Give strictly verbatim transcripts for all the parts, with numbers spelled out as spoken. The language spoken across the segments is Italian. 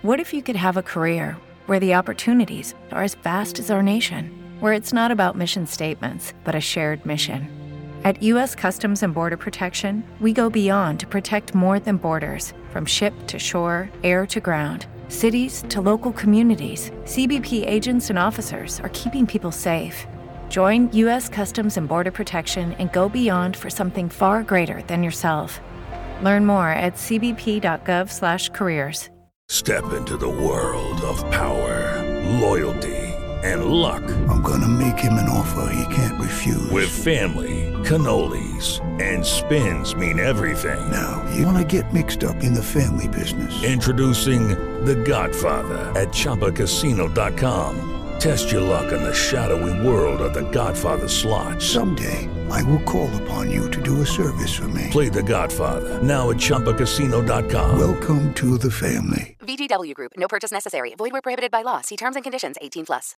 What if you could have a career where the opportunities are as vast as our nation, where it's not about mission statements, but a shared mission? At U S Customs and Border Protection, we go beyond to protect more than borders. From ship to shore, air to ground, cities to local communities, C B P agents and officers are keeping people safe. Join U S Customs and Border Protection and go beyond for something far greater than yourself. Learn more at c b p dot gov slash careers. Step into the world of power, loyalty, and luck. I'm gonna make him an offer he can't refuse. With family, cannolis, and spins mean everything. Now, you wanna get mixed up in the family business. Introducing The Godfather at Chumba Casino dot com. Test your luck in the shadowy world of The Godfather slot. Someday, I will call upon you to do a service for me. Play The Godfather, now at Chumba Casino dot com. Welcome to the family. V G W Group. No purchase necessary. Void where prohibited by law. See terms and conditions. eighteen plus.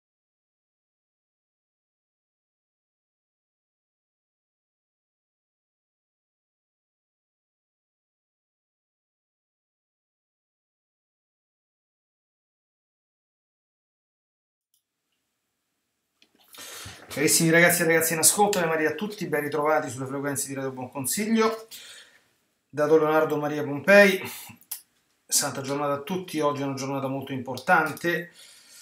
Carissimi ragazzi e ragazze in ascolto, Maria a tutti, ben ritrovati sulle frequenze di Radio Buon Consiglio. Da Don Leonardo Maria Pompei, santa giornata a tutti. Oggi è una giornata molto importante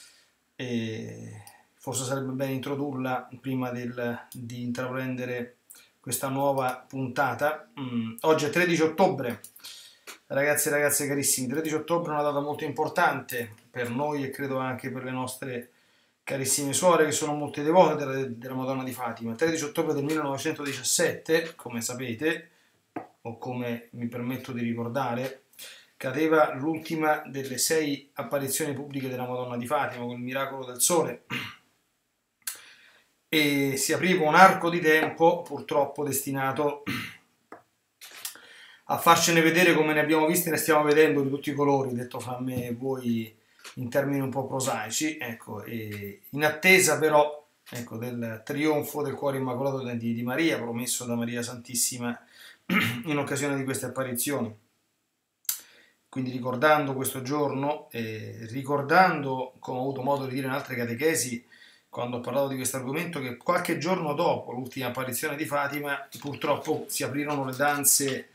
e forse sarebbe bene introdurla prima del, di intraprendere questa nuova puntata. Mm, oggi è tredici ottobre, ragazzi e ragazze carissimi, tredici ottobre è una data molto importante per noi e credo anche per le nostre carissime suore che sono molte devote della, della Madonna di Fatima. tredici ottobre del millenovecentodiciassette, come sapete, o come mi permetto di ricordare, cadeva l'ultima delle sei apparizioni pubbliche della Madonna di Fatima con il miracolo del sole e si apriva un arco di tempo purtroppo destinato a farcene vedere come ne abbiamo visti e ne stiamo vedendo di tutti i colori, detto fra me e voi in termini un po' prosaici, ecco, e in attesa però, ecco, del trionfo del cuore immacolato di, di Maria, promesso da Maria Santissima in occasione di queste apparizioni. Quindi ricordando questo giorno, eh, ricordando, come ho avuto modo di dire in altre catechesi, quando ho parlato di questo argomento, che qualche giorno dopo l'ultima apparizione di Fatima, purtroppo si aprirono le danze,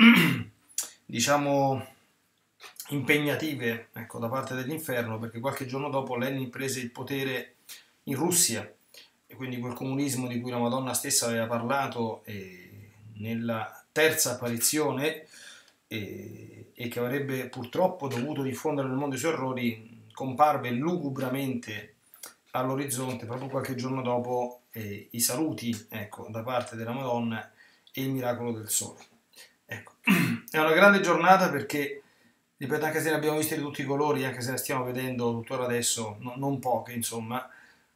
diciamo, impegnative, ecco, da parte dell'inferno, perché qualche giorno dopo Lenin prese il potere in Russia e quindi quel comunismo di cui la Madonna stessa aveva parlato eh, nella terza apparizione eh, e che avrebbe purtroppo dovuto diffondere nel mondo i suoi errori, comparve lugubramente all'orizzonte proprio qualche giorno dopo eh, i saluti, ecco, da parte della Madonna e il miracolo del sole. Ecco. È una grande giornata perché, ripeto, anche se ne abbiamo viste di tutti i colori, anche se ne stiamo vedendo tuttora adesso, no, non poche, insomma,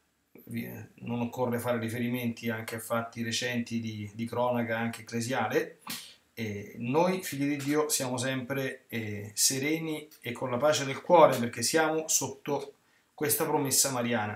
non occorre fare riferimenti anche a fatti recenti di, di cronaca anche ecclesiale, e noi figli di Dio siamo sempre eh, sereni e con la pace del cuore perché siamo sotto questa promessa mariana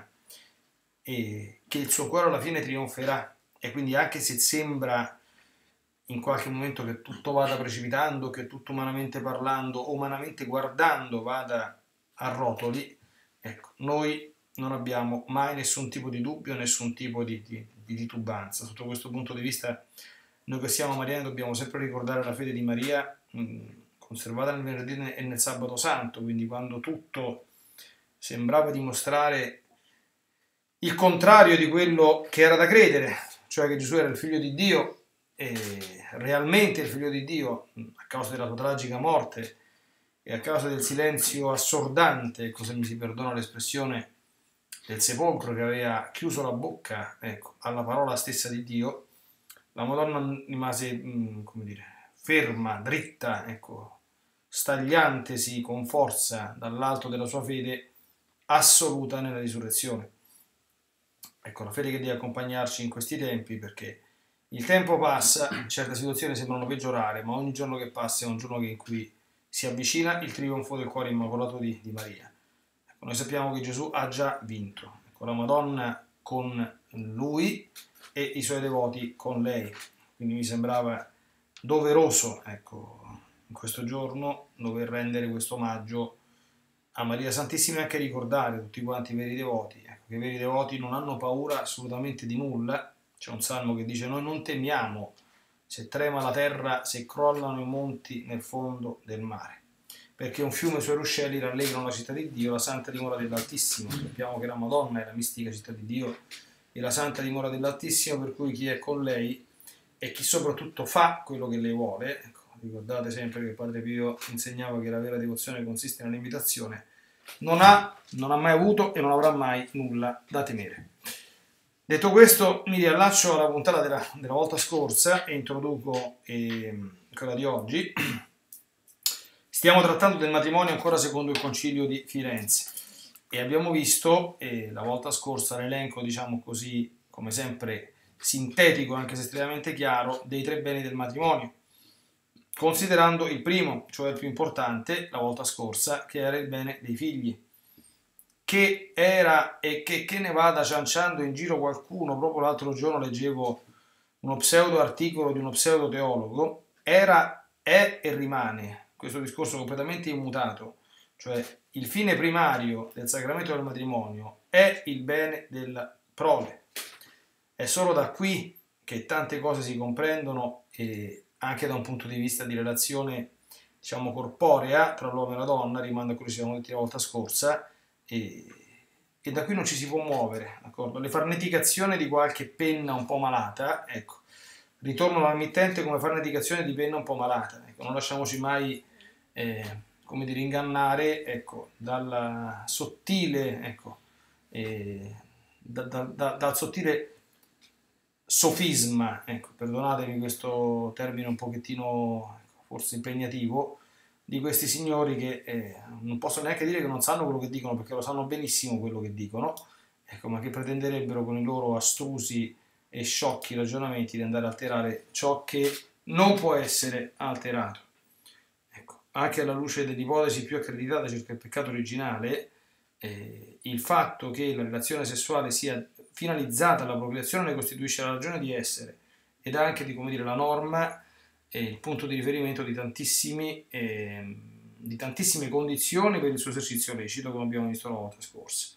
e che il suo cuore alla fine trionferà, e quindi anche se sembra in qualche momento che tutto vada precipitando, che tutto umanamente parlando o umanamente guardando vada a rotoli, ecco, noi non abbiamo mai nessun tipo di dubbio, nessun tipo di, di, di titubanza. Sotto questo punto di vista, noi che siamo mariani dobbiamo sempre ricordare la fede di Maria mh, conservata nel venerdì e nel sabato santo, quindi quando tutto sembrava dimostrare il contrario di quello che era da credere, cioè che Gesù era il figlio di Dio, e realmente il figlio di Dio, a causa della sua tragica morte e a causa del silenzio assordante, ecco, se mi si perdona l'espressione, del sepolcro che aveva chiuso la bocca, ecco, alla parola stessa di Dio, la Madonna rimase, mh, come dire, ferma, dritta, ecco, stagliantesi con forza dall'alto della sua fede assoluta nella risurrezione. Ecco, la fede che deve accompagnarci in questi tempi, perché il tempo passa, certe situazioni sembrano peggiorare, ma ogni giorno che passa è un giorno in cui si avvicina il trionfo del cuore immacolato di, di Maria. Ecco, noi sappiamo che Gesù ha già vinto, ecco, la Madonna con lui e i suoi devoti con lei. Quindi mi sembrava doveroso, ecco, in questo giorno dover rendere questo omaggio a Maria Santissima e anche ricordare tutti quanti i veri devoti, ecco, che i veri devoti non hanno paura assolutamente di nulla. C'è un salmo che dice: noi non temiamo se trema la terra, se crollano i monti nel fondo del mare, perché un fiume e i suoi ruscelli rallegrano la città di Dio, la santa dimora dell'Altissimo. Sappiamo che la Madonna è la mistica città di Dio e la santa dimora dell'Altissimo, per cui chi è con lei e chi soprattutto fa quello che lei vuole, ecco, ricordate sempre che Padre Pio insegnava che la vera devozione consiste nell'imitazione, non ha, non ha mai avuto e non avrà mai nulla da temere. Detto questo, mi riallaccio alla puntata della, della volta scorsa e introduco eh, quella di oggi. Stiamo trattando del matrimonio ancora secondo il Concilio di Firenze e abbiamo visto eh, la volta scorsa l'elenco, diciamo così, come sempre sintetico, anche se estremamente chiaro, dei tre beni del matrimonio, considerando il primo, cioè il più importante, la volta scorsa, che era il bene dei figli, che era e che, che ne vada cianciando in giro qualcuno. Proprio l'altro giorno leggevo uno pseudo articolo di uno pseudo teologo, era, è e rimane questo discorso completamente immutato, cioè il fine primario del sacramento del matrimonio è il bene del prole. È solo da qui che tante cose si comprendono, e anche da un punto di vista di relazione, diciamo, corporea tra l'uomo e la donna, rimando a quello che ci siamo detti la volta scorsa, e, e da qui non ci si può muovere, d'accordo? Le farneticazioni di qualche penna un po' malata, ecco, ritornano al mittente come farneticazione di penna un po' malata, ecco, non lasciamoci mai, eh, come dire, ingannare, ecco, dal sottile, ecco, eh, da, da, da, dal sottile sofisma, ecco, perdonatemi questo termine un pochettino forse impegnativo, di questi signori che eh, non posso neanche dire che non sanno quello che dicono, perché lo sanno benissimo quello che dicono, ecco, ma che pretenderebbero con i loro astrusi e sciocchi ragionamenti di andare a alterare ciò che non può essere alterato. Ecco, anche alla luce dell'ipotesi più accreditata circa il peccato originale, eh, il fatto che la relazione sessuale sia finalizzata alla procreazione ne costituisce la ragione di essere ed anche di, come dire, la norma e il punto di riferimento di tantissimi eh, di tantissime condizioni per il suo esercizio lecito, come abbiamo visto la volta scorsa.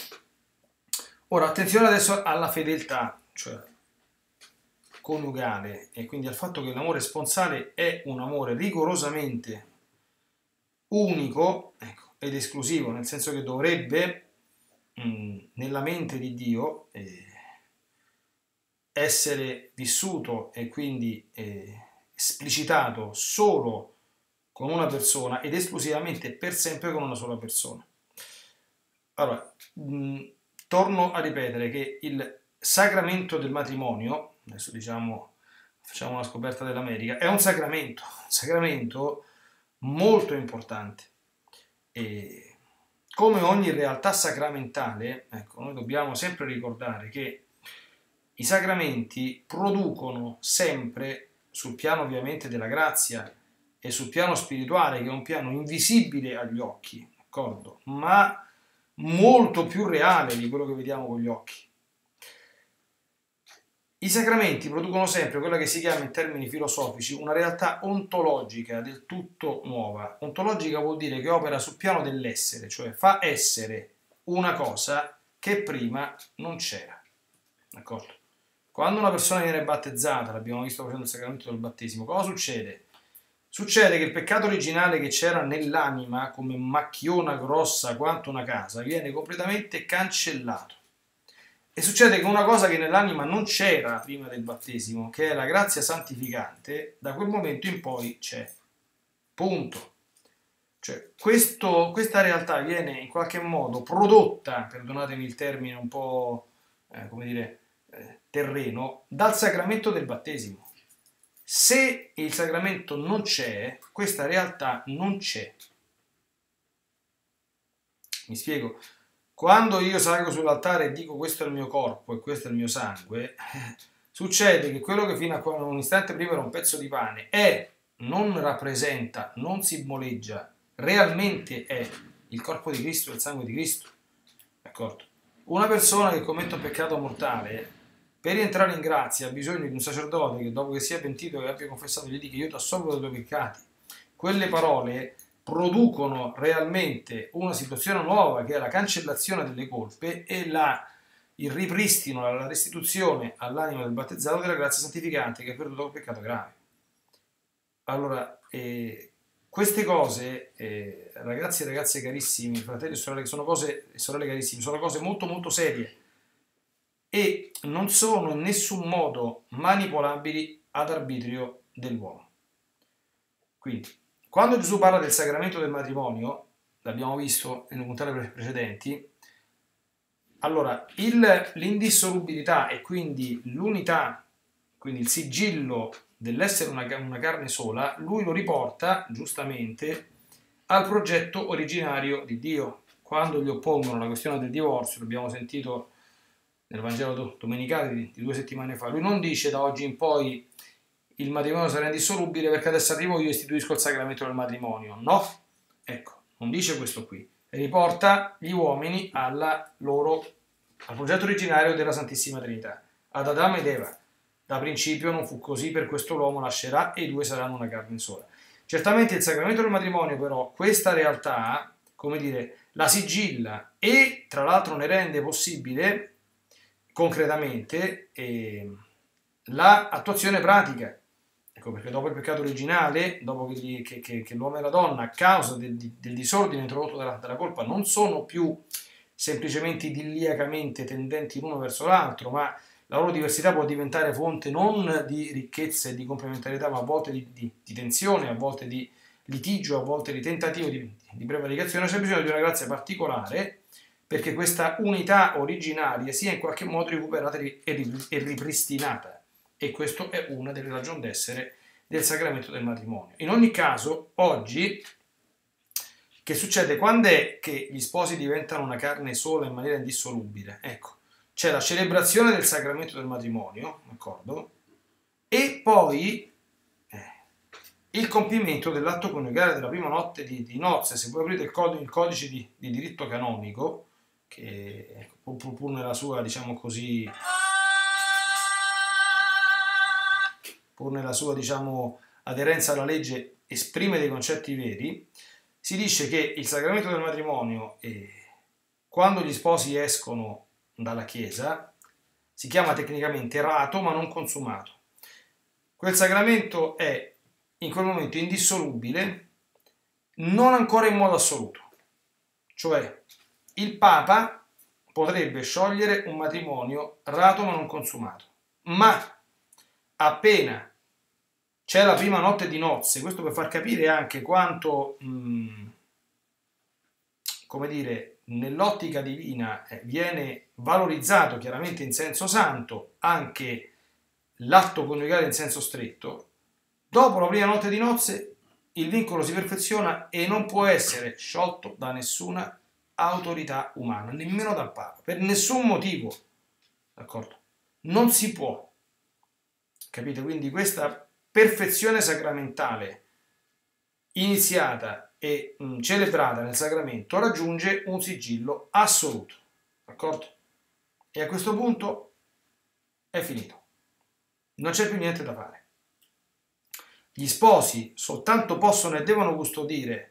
Ora attenzione adesso alla fedeltà, cioè coniugale, e quindi al fatto che l'amore sponsale è un amore rigorosamente unico, ecco, ed esclusivo, nel senso che dovrebbe mh, nella mente di Dio eh, essere vissuto e quindi eh, esplicitato solo con una persona ed esclusivamente per sempre con una sola persona. Allora, mh, torno a ripetere che il sacramento del matrimonio, adesso diciamo, facciamo una scoperta dell'America, è un sacramento, un sacramento molto importante. E come ogni realtà sacramentale, ecco, noi dobbiamo sempre ricordare che i sacramenti producono sempre, sul piano ovviamente della grazia e sul piano spirituale, che è un piano invisibile agli occhi, d'accordo? Ma molto più reale di quello che vediamo con gli occhi. I sacramenti producono sempre quella che si chiama in termini filosofici una realtà ontologica del tutto nuova. Ontologica vuol dire che opera sul piano dell'essere, cioè fa essere una cosa che prima non c'era, d'accordo? Quando una persona viene battezzata, l'abbiamo visto facendo il sacramento del battesimo, cosa succede? Succede che il peccato originale che c'era nell'anima, come macchiona grossa quanto una casa, viene completamente cancellato. E succede che una cosa che nell'anima non c'era prima del battesimo, che è la grazia santificante, da quel momento in poi c'è. Punto. Cioè, questo, questa realtà viene in qualche modo prodotta, perdonatemi il termine un po', eh, come dire, eh, terreno, dal sacramento del battesimo. Se il sacramento non c'è, questa realtà non c'è. Mi spiego. Quando io salgo sull'altare e dico questo è il mio corpo e questo è il mio sangue, succede che quello che fino a un istante prima era un pezzo di pane è, non rappresenta, non simboleggia, realmente è il corpo di Cristo e il sangue di Cristo. D'accordo? Una persona che commette un peccato mortale, per entrare in grazia ha bisogno di un sacerdote che dopo che sia pentito e abbia confessato gli dica io ti assolvo dei tuoi peccati. Quelle parole producono realmente una situazione nuova che è la cancellazione delle colpe e la, il ripristino, la restituzione all'anima del battezzato della grazia santificante che ha perduto il peccato grave. Allora, eh, queste cose, eh, ragazzi e ragazze carissimi, fratelli e sorelle, sono cose, sorelle carissime, sono cose molto molto serie e non sono in nessun modo manipolabili ad arbitrio dell'uomo. Quindi, quando Gesù parla del sacramento del matrimonio, l'abbiamo visto nelle puntate precedenti, allora il, l'indissolubilità e quindi l'unità, quindi il sigillo dell'essere una, una carne sola, lui lo riporta giustamente al progetto originario di Dio. Quando gli oppongono la questione del divorzio, l'abbiamo sentito nel Vangelo domenicale di, di due settimane fa, lui non dice da oggi in poi il matrimonio sarà indissolubile perché adesso arrivo io e istituisco il sacramento del matrimonio. No, ecco, non dice questo qui. Riporta gli uomini alla loro, al progetto originario della Santissima Trinità, ad Adamo ed Eva. Da principio non fu così, per questo l'uomo lascerà e i due saranno una carne sola. Certamente il sacramento del matrimonio però questa realtà, come dire, la sigilla e tra l'altro ne rende possibile concretamente eh, l'attuazione pratica. Ecco perché dopo il peccato originale, dopo che, gli, che, che, che l'uomo e la donna a causa del, del disordine introdotto dalla, dalla colpa non sono più semplicemente idilliacamente tendenti l'uno verso l'altro, ma la loro diversità può diventare fonte non di ricchezza e di complementarietà, ma a volte di, di, di tensione, a volte di litigio, a volte di tentativo di, di prevaricazione. C'è bisogno di una grazia particolare perché questa unità originaria sia in qualche modo recuperata e ripristinata. E questa è una delle ragioni d'essere del sacramento del matrimonio. In ogni caso, oggi, che succede? Quando è che gli sposi diventano una carne sola in maniera indissolubile? Ecco, c'è la celebrazione del sacramento del matrimonio, d'accordo? E poi eh, il compimento dell'atto coniugale della prima notte di, di nozze. Se voi aprite il, cod- il codice di, di diritto canonico, che ecco, pur, pur nella sua, diciamo così, pur nella sua, diciamo, aderenza alla legge, esprime dei concetti veri, si dice che il sacramento del matrimonio, eh, quando gli sposi escono dalla chiesa, si chiama tecnicamente rato ma non consumato. Quel sacramento è in quel momento indissolubile, non ancora in modo assoluto. Cioè, il Papa potrebbe sciogliere un matrimonio rato ma non consumato, ma appena c'è la prima notte di nozze, questo per far capire anche quanto, mh, come dire, nell'ottica divina eh, viene valorizzato chiaramente in senso santo anche l'atto coniugale in senso stretto. Dopo la prima notte di nozze il vincolo si perfeziona e non può essere sciolto da nessuna autorità umana, nemmeno dal Papa, per nessun motivo, d'accordo? Non si può, capite? Quindi questa perfezione sacramentale iniziata e mh, celebrata nel sacramento raggiunge un sigillo assoluto, d'accordo? E a questo punto è finito, non c'è più niente da fare. Gli sposi soltanto possono e devono custodire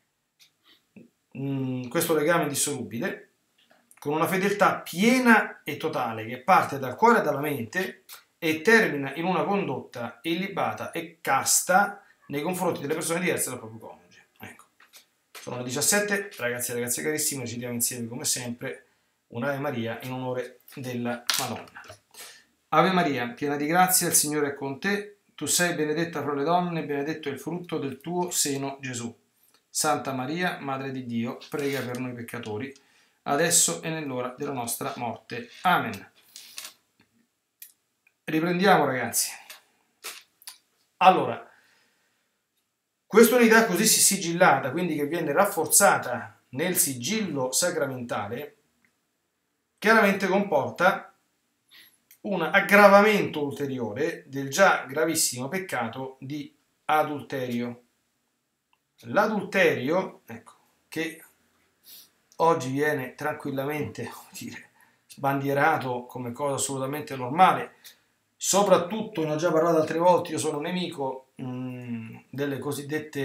mh, questo legame indissolubile con una fedeltà piena e totale che parte dal cuore e dalla mente e termina in una condotta illibata e casta nei confronti delle persone diverse dal proprio coniuge. Ecco. Sono le diciassette, ragazzi e ragazze carissime, recitiamo insieme come sempre un'Ave Maria in onore della Madonna. Ave Maria, piena di grazia, il Signore è con te, tu sei benedetta fra le donne, benedetto è il frutto del tuo seno, Gesù. Santa Maria, Madre di Dio, prega per noi peccatori, adesso e nell'ora della nostra morte. Amen. Riprendiamo, ragazzi. Allora, questa unità così sigillata, quindi che viene rafforzata nel sigillo sacramentale, chiaramente comporta un aggravamento ulteriore del già gravissimo peccato di adulterio. L'adulterio, ecco, che oggi viene tranquillamente, come dire, sbandierato come cosa assolutamente normale, soprattutto, ne ho già parlato altre volte, io sono nemico mh, delle cosiddette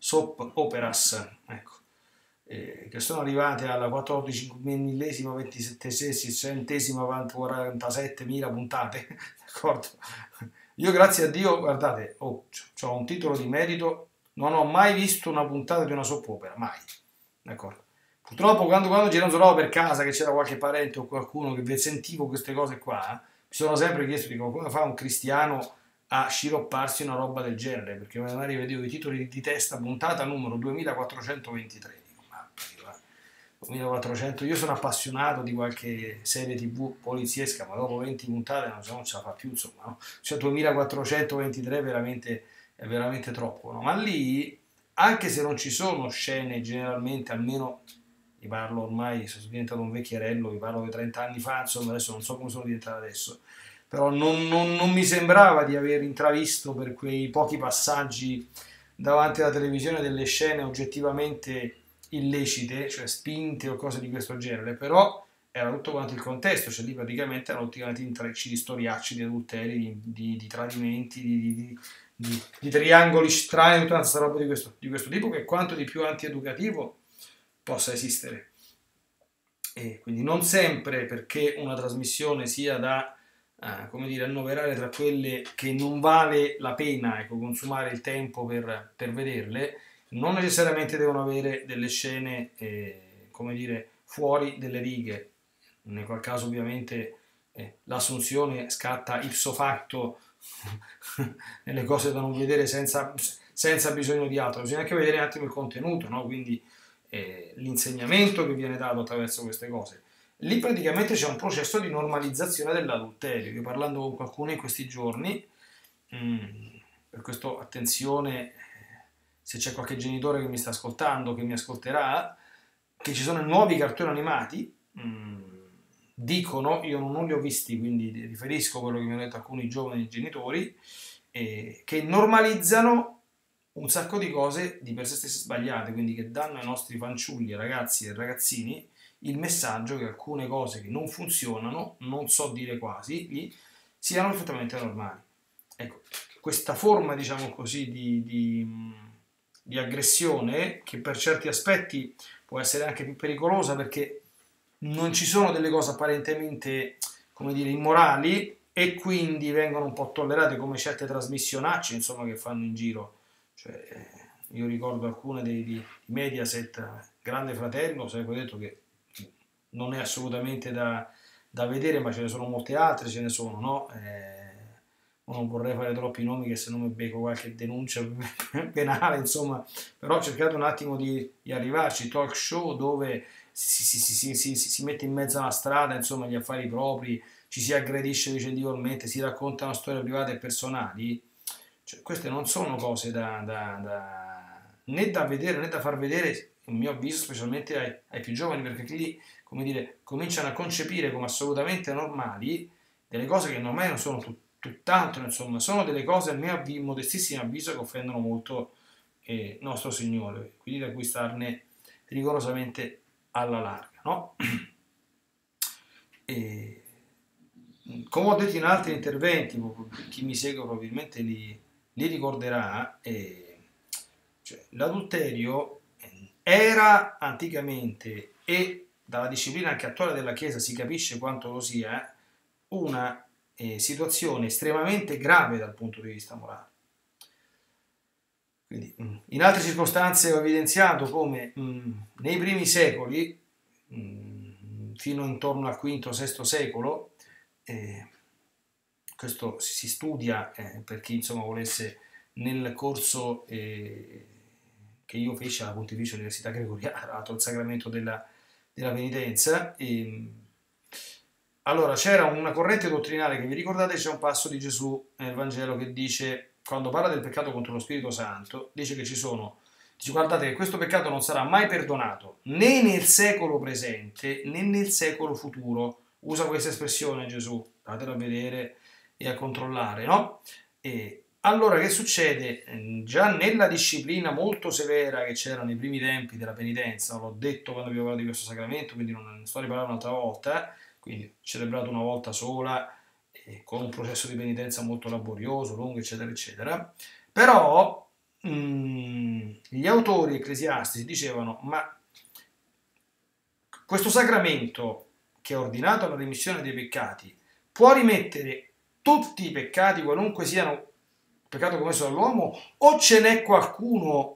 soap operas, ecco, eh, che sono arrivate alla quattordici millesima, ventisettesima, quarantasettemila puntate, d'accordo? Io grazie a Dio, guardate, oh, ho un titolo di merito, non ho mai visto una puntata di una soap opera, mai, d'accordo? Purtroppo quando, quando giravo per casa, che c'era qualche parente o qualcuno che sentivo queste cose qua, mi sono sempre chiesto, dico, come fa un cristiano a sciropparsi una roba del genere, perché magari vedevo i titoli di testa, puntata numero duemilaquattrocentoventitré, dico, ma duemilaquattrocento, io sono appassionato di qualche serie tv poliziesca, ma dopo venti puntate non, so, non ce la fa più, insomma, no? Cioè duemilaquattrocentoventitré è veramente, è veramente troppo, no? Ma lì, anche se non ci sono scene generalmente, almeno vi parlo ormai, sono diventato un vecchierello, vi parlo di trenta anni fa, insomma adesso non so come sono diventato adesso, però non, non, non mi sembrava di aver intravisto per quei pochi passaggi davanti alla televisione delle scene oggettivamente illecite, cioè spinte o cose di questo genere, però era tutto quanto il contesto, cioè lì praticamente erano tutti quanti intrecci di storiacci, di adulteri, di, di, di tradimenti, di, di, di, di triangoli strani, tutta questa roba di questo, di questo tipo, che quanto di più antieducativo possa esistere. E quindi non sempre perché una trasmissione sia da eh, come dire, annoverare tra quelle che non vale la pena, ecco, consumare il tempo per, per vederle, non necessariamente devono avere delle scene eh, come dire, fuori delle righe, nel qual caso ovviamente eh, l'assunzione scatta ipso facto nelle cose da non vedere senza, senza bisogno di altro, bisogna anche vedere un attimo il contenuto, no? Quindi eh, l'insegnamento che viene dato attraverso queste cose. Lì praticamente c'è un processo di normalizzazione dell'adulterio. Io parlando con qualcuno in questi giorni, mh, per questo attenzione, se c'è qualche genitore che mi sta ascoltando, che mi ascolterà, che ci sono nuovi cartoni animati, mh, dicono, io non li ho visti, quindi riferisco quello che mi hanno detto alcuni giovani genitori, eh, che normalizzano un sacco di cose di per sé stesse sbagliate, quindi che danno ai nostri fanciulli, ragazzi e ragazzini il messaggio che alcune cose che non funzionano, non so dire quasi, gli siano perfettamente normali. Ecco, questa forma, diciamo così, di, di, di aggressione, che per certi aspetti può essere anche più pericolosa perché non ci sono delle cose apparentemente, come dire, immorali e quindi vengono un po' tollerate come certe trasmissionacce, insomma, che fanno in giro. Cioè, io ricordo alcune dei, di Mediaset, Grande Fratello, sempre detto che non è assolutamente da, da vedere, ma ce ne sono molte altre, ce ne sono, no? Eh, non vorrei fare troppi nomi che se no mi becco qualche denuncia penale, insomma, però ho cercato un attimo di, di arrivarci, talk show dove si, si, si, si, si, si mette in mezzo alla strada, insomma, gli affari propri, ci si aggredisce vicendevolmente, si raccontano storie private e personali. Cioè, queste non sono cose da, da, da, né da vedere né da far vedere, a mio avviso, specialmente ai, ai più giovani, perché lì, come dire, cominciano a concepire come assolutamente normali delle cose che normali non sono tut, tutt'altro, insomma, sono delle cose, a mio avviso, modestissimo avviso, che offendono molto eh, nostro Signore, quindi da cui starne rigorosamente alla larga, no? E, come ho detto in altri interventi, chi mi segue probabilmente li li ricorderà, eh, cioè, l'adulterio era anticamente, e dalla disciplina anche attuale della Chiesa si capisce quanto lo sia, una eh, situazione estremamente grave dal punto di vista morale. Quindi, mh, in altre circostanze ho evidenziato come mh, nei primi secoli, mh, fino intorno al quinto sesto secolo, eh, questo si studia eh, per chi insomma volesse, nel corso eh, che io feci alla Pontificia Università Gregoriana, il sacramento della, della penitenza. E, allora c'era una corrente dottrinale che vi ricordate, c'è un passo di Gesù nel Vangelo che dice, quando parla del peccato contro lo Spirito Santo, dice che ci sono, dice, guardate che questo peccato non sarà mai perdonato né nel secolo presente né nel secolo futuro. Usa questa espressione Gesù, datela a vedere e a controllare, no? E allora che succede? Già nella disciplina molto severa che c'era nei primi tempi della penitenza, l'ho detto quando abbiamo parlato di questo sacramento, quindi non sto riparlando un'altra volta, quindi celebrato una volta sola, eh, con un processo di penitenza molto laborioso, lungo, eccetera, eccetera, però mh, gli autori ecclesiastici dicevano: ma questo sacramento che è ordinato alla remissione dei peccati può rimettere tutti i peccati, qualunque siano peccato commesso dall'uomo, o ce n'è qualcuno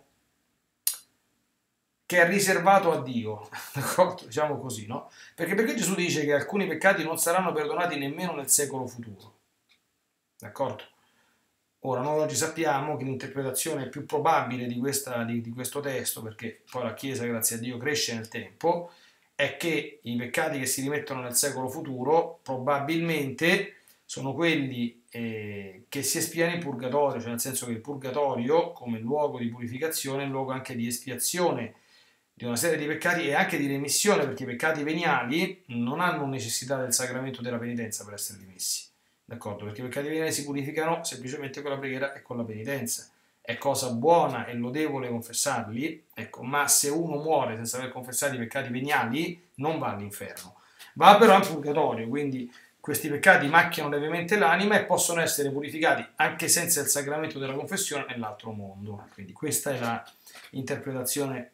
che è riservato a Dio? D'accordo? Diciamo così, no? Perché perché Gesù dice che alcuni peccati non saranno perdonati nemmeno nel secolo futuro? D'accordo? Ora, noi oggi sappiamo che l'interpretazione più probabile di, questa, di, di questo testo, perché poi la Chiesa, grazie a Dio, cresce nel tempo, è che i peccati che si rimettono nel secolo futuro probabilmente sono quelli eh, che si espiano in purgatorio, cioè nel senso che il purgatorio, come luogo di purificazione, è un luogo anche di espiazione di una serie di peccati e anche di remissione, perché i peccati veniali non hanno necessità del sacramento della penitenza per essere rimessi. D'accordo? Perché i peccati veniali si purificano semplicemente con la preghiera e con la penitenza. È cosa buona e lodevole confessarli, ecco, ma se uno muore senza aver confessato i peccati veniali non va all'inferno, va però in purgatorio, quindi questi peccati macchiano levemente l'anima e possono essere purificati anche senza il sacramento della confessione nell'altro mondo. Quindi questa è la interpretazione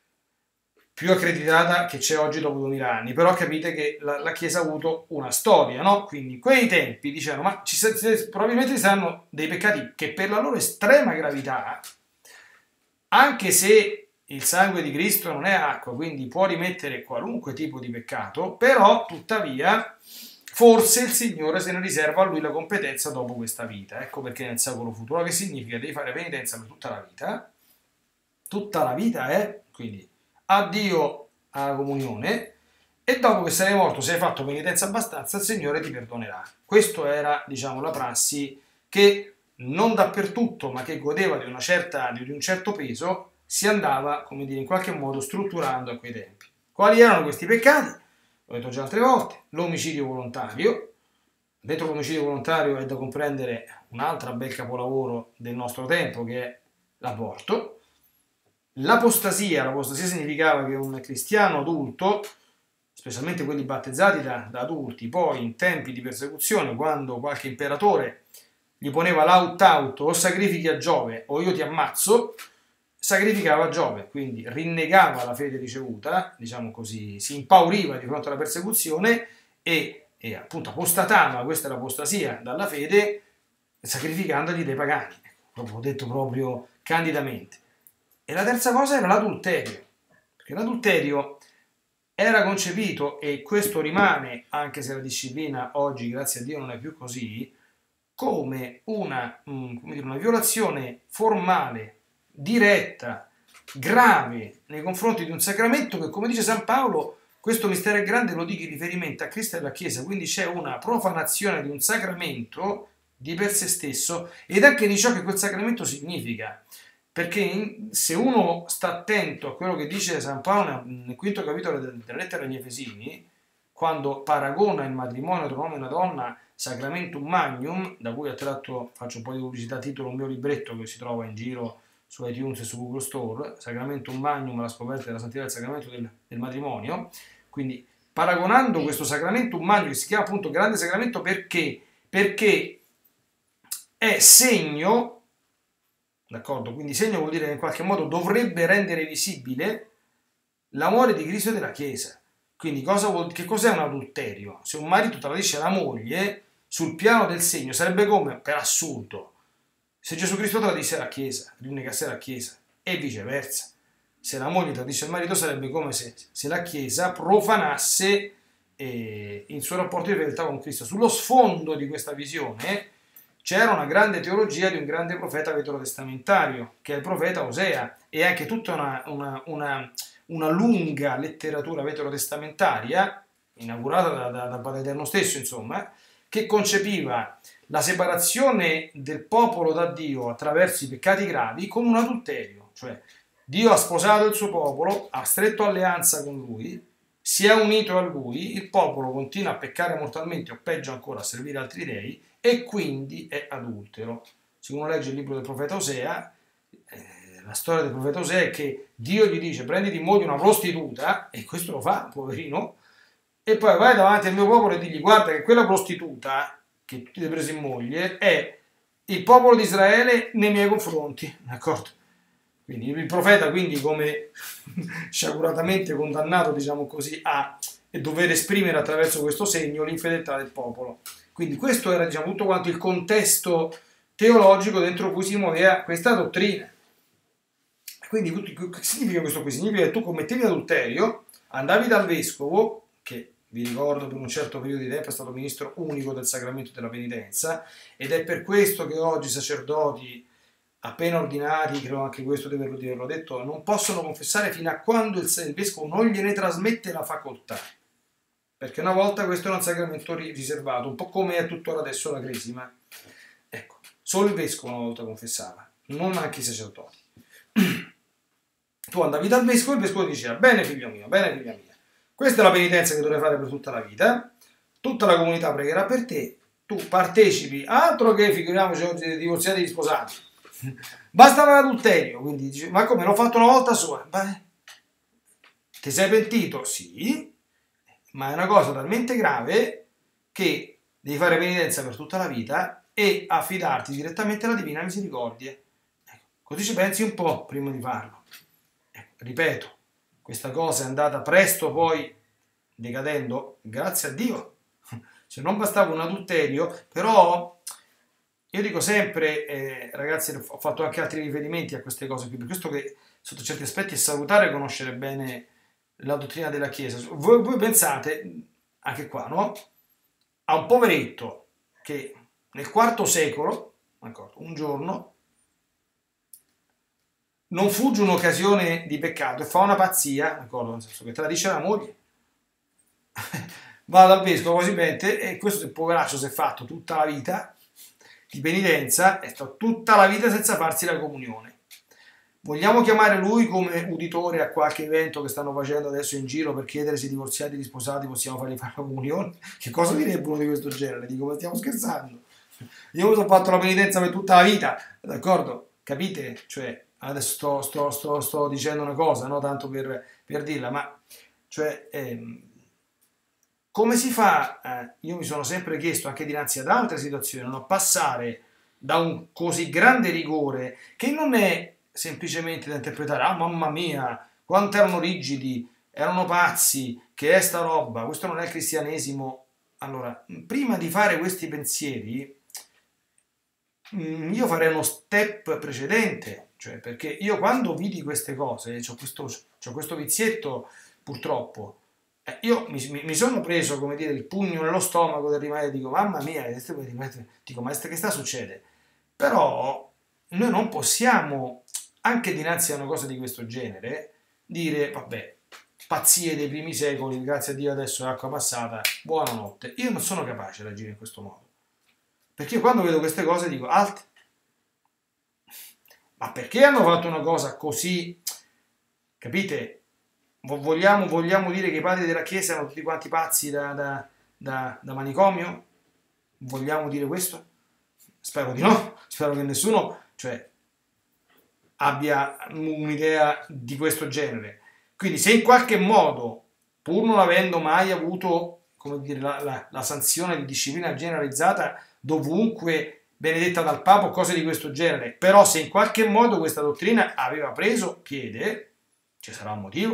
più accreditata che c'è oggi dopo duemila anni, però capite che la, la Chiesa ha avuto una storia, no? Quindi in quei tempi dicevano, ma ci, probabilmente ci saranno dei peccati che per la loro estrema gravità, anche se il sangue di Cristo non è acqua, quindi può rimettere qualunque tipo di peccato, però tuttavia forse il Signore se ne riserva a lui la competenza dopo questa vita. Ecco perché nel secolo futuro, che significa? Devi fare penitenza per tutta la vita, tutta la vita è, quindi addio alla comunione, e dopo che sei morto, se hai fatto penitenza abbastanza, il Signore ti perdonerà. Questa era, diciamo, la prassi che non dappertutto, ma che godeva di, una certa, di un certo peso, si andava, come dire, in qualche modo strutturando a quei tempi. Quali erano questi peccati? L'ho detto già altre volte: l'omicidio volontario. Dentro l'omicidio volontario è da comprendere un'altra bel capolavoro del nostro tempo, che è l'aborto. L'apostasia, l'apostasia significava che un cristiano adulto, specialmente quelli battezzati da, da adulti, poi in tempi di persecuzione, quando qualche imperatore gli poneva l'aut-auto, o sacrifichi a Giove o io ti ammazzo, sacrificava a Giove, quindi rinnegava la fede ricevuta, diciamo così, si impauriva di fronte alla persecuzione e, e appunto apostatava, questa è l'apostasia, dalla fede, sacrificandogli dei pagani, l'ho detto proprio candidamente. E la terza cosa era l'adulterio, perché l'adulterio era concepito, e questo rimane, anche se la disciplina oggi, grazie a Dio, non è più così, come una, come dire, una violazione formale, diretta, grave, nei confronti di un sacramento che, come dice San Paolo, questo mistero è grande, lo dico in riferimento a Cristo e alla Chiesa, quindi c'è una profanazione di un sacramento di per sé stesso ed anche di ciò che quel sacramento significa. Perché se uno sta attento a quello che dice San Paolo nel quinto capitolo della lettera agli Efesini, quando paragona il matrimonio tra un uomo e una donna, sacramentum magnum, da cui ha tratto, faccio un po' di pubblicità, titolo un mio libretto che si trova in giro su iTunes e su Google Store, Sacramentum magnum, la scoperta della santità del sacramento del, del matrimonio. Quindi paragonando questo sacramentum magnum, che si chiama appunto grande sacramento, perché? Perché è segno. D'accordo? Quindi segno vuol dire che in qualche modo dovrebbe rendere visibile l'amore di Cristo e della Chiesa. Quindi cosa vuol, che cos'è un adulterio? Se un marito tradisce la moglie, sul piano del segno, sarebbe come, per assurdo, se Gesù Cristo tradisse la Chiesa, rinnegasse la Chiesa, e viceversa. Se la moglie tradisce il marito, sarebbe come se, se la Chiesa profanasse eh, il suo rapporto di fedeltà con Cristo. Sullo sfondo di questa visione c'era una grande teologia di un grande profeta veterotestamentario, che è il profeta Osea, e anche tutta una, una, una, una lunga letteratura veterotestamentaria, inaugurata da, da, dal Padre Eterno stesso, insomma, che concepiva la separazione del popolo da Dio attraverso i peccati gravi come un adulterio. Cioè, Dio ha sposato il suo popolo, ha stretto alleanza con lui, si è unito a lui, il popolo continua a peccare mortalmente o peggio ancora a servire altri dei, e quindi è adultero. Se uno legge il libro del profeta Osea, eh, la storia del profeta Osea è che Dio gli dice: prenditi in moglie una prostituta, e questo lo fa, poverino, e poi vai davanti al mio popolo e digli: guarda che quella prostituta che tu ti hai preso in moglie è il popolo di Israele nei miei confronti, d'accordo? Quindi il profeta, quindi, come sciaguratamente condannato, diciamo così, a dover esprimere attraverso questo segno l'infedeltà del popolo. Quindi questo era, diciamo, tutto quanto il contesto teologico dentro cui si muoveva questa dottrina. Quindi che significa questo qui? Significa che tu commettevi adulterio, andavi dal vescovo, che vi ricordo per un certo periodo di tempo è stato ministro unico del sacramento della penitenza, ed è per questo che oggi i sacerdoti appena ordinati, credo anche questo di averlo, di averlo detto, non possono confessare fino a quando il, il vescovo non gliene trasmette la facoltà, perché una volta questo era un sacramento riservato, un po' come è tuttora adesso la cresima. Ecco, solo il vescovo una volta confessava, non anche i sacerdoti. Tu andavi dal vescovo e il vescovo diceva: bene figlio mio, bene figlia mia, questa è la penitenza che dovrai fare per tutta la vita, tutta la comunità pregherà per te, tu partecipi, altro che figuriamoci oggi dei divorziati e di sposati, basta l'adulterio, quindi dice: ma come, l'ho fatto una volta sola? Beh, ti sei pentito? Sì, ma è una cosa talmente grave che devi fare penitenza per tutta la vita e affidarti direttamente alla Divina Misericordia. Ecco, così ci pensi un po' prima di farlo. Ecco, ripeto, questa cosa è andata presto poi decadendo, grazie a Dio. Se non bastava un adulterio, però io dico sempre, eh, ragazzi, ho fatto anche altri riferimenti a queste cose qui, per questo che sotto certi aspetti è salutare conoscere bene la dottrina della Chiesa. Voi, voi pensate, anche qua, no? A un poveretto che nel quarto secolo, d'accordo, un giorno, non fugge un'occasione di peccato e fa una pazzia, d'accordo, nel senso che tradisce la moglie, va dal vescovo, quasi mente, e questo il poveraccio si è fatto tutta la vita di penitenza, è stato tutta la vita senza farsi la comunione. Vogliamo chiamare lui come uditore a qualche evento che stanno facendo adesso in giro per chiedere se i divorziati e gli sposati possiamo fargli fare la comunione? Che cosa direbbe uno di questo genere? Dico, ma stiamo scherzando? Io mi sono fatto la penitenza per tutta la vita, d'accordo? Capite? Cioè, adesso sto, sto, sto, sto dicendo una cosa, no? Tanto per, per dirla, ma cioè, ehm, come si fa, eh, io mi sono sempre chiesto anche dinanzi ad altre situazioni, no? Passare da un così grande rigore che non è semplicemente da interpretare, ah mamma mia, quanto erano rigidi, erano pazzi, che è sta roba, questo non è il cristianesimo. Allora, prima di fare questi pensieri, io farei uno step precedente, cioè perché io quando vidi queste cose, c'ho questo, c'ho questo vizietto purtroppo, eh, io mi, mi sono preso, come dire, il pugno nello stomaco del rimanere e dico, mamma mia, dico, ma che sta succede? Però noi non possiamo, anche dinanzi a una cosa di questo genere, dire, vabbè, pazzie dei primi secoli, grazie a Dio adesso è acqua passata, buonanotte. Io non sono capace di agire in questo modo. Perché io quando vedo queste cose dico, alt, ma perché hanno fatto una cosa così, capite? Vogliamo, vogliamo dire che i padri della Chiesa erano tutti quanti pazzi da, da, da, da manicomio? Vogliamo dire questo? Spero di no, spero che nessuno, cioè, abbia un'idea di questo genere. Quindi se in qualche modo, pur non avendo mai avuto, come dire, la, la, la sanzione di disciplina generalizzata dovunque, benedetta dal Papa o cose di questo genere, però se in qualche modo questa dottrina aveva preso piede, ci sarà un motivo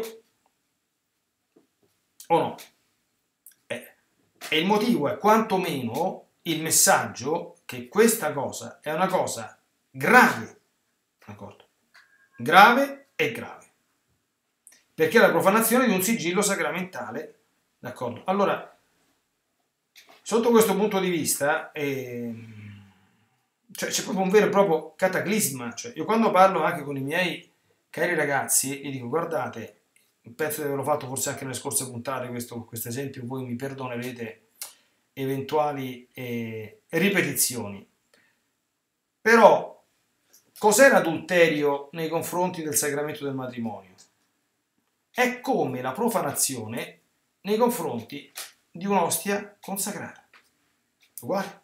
o no? Eh, e il motivo è quantomeno il messaggio che questa cosa è una cosa grave, d'accordo? Grave e grave, perché è la profanazione di un sigillo sacramentale, d'accordo? Allora, sotto questo punto di vista, eh, cioè, c'è proprio un vero e proprio cataclisma. Cioè, io quando parlo anche con i miei cari ragazzi, gli dico, guardate, penso di averlo fatto forse anche nelle scorse puntate, questo, questo esempio, voi mi perdonerete eventuali eh, ripetizioni. Però, cos'è l'adulterio nei confronti del sacramento del matrimonio? È come la profanazione nei confronti di un'ostia consacrata. Uguale.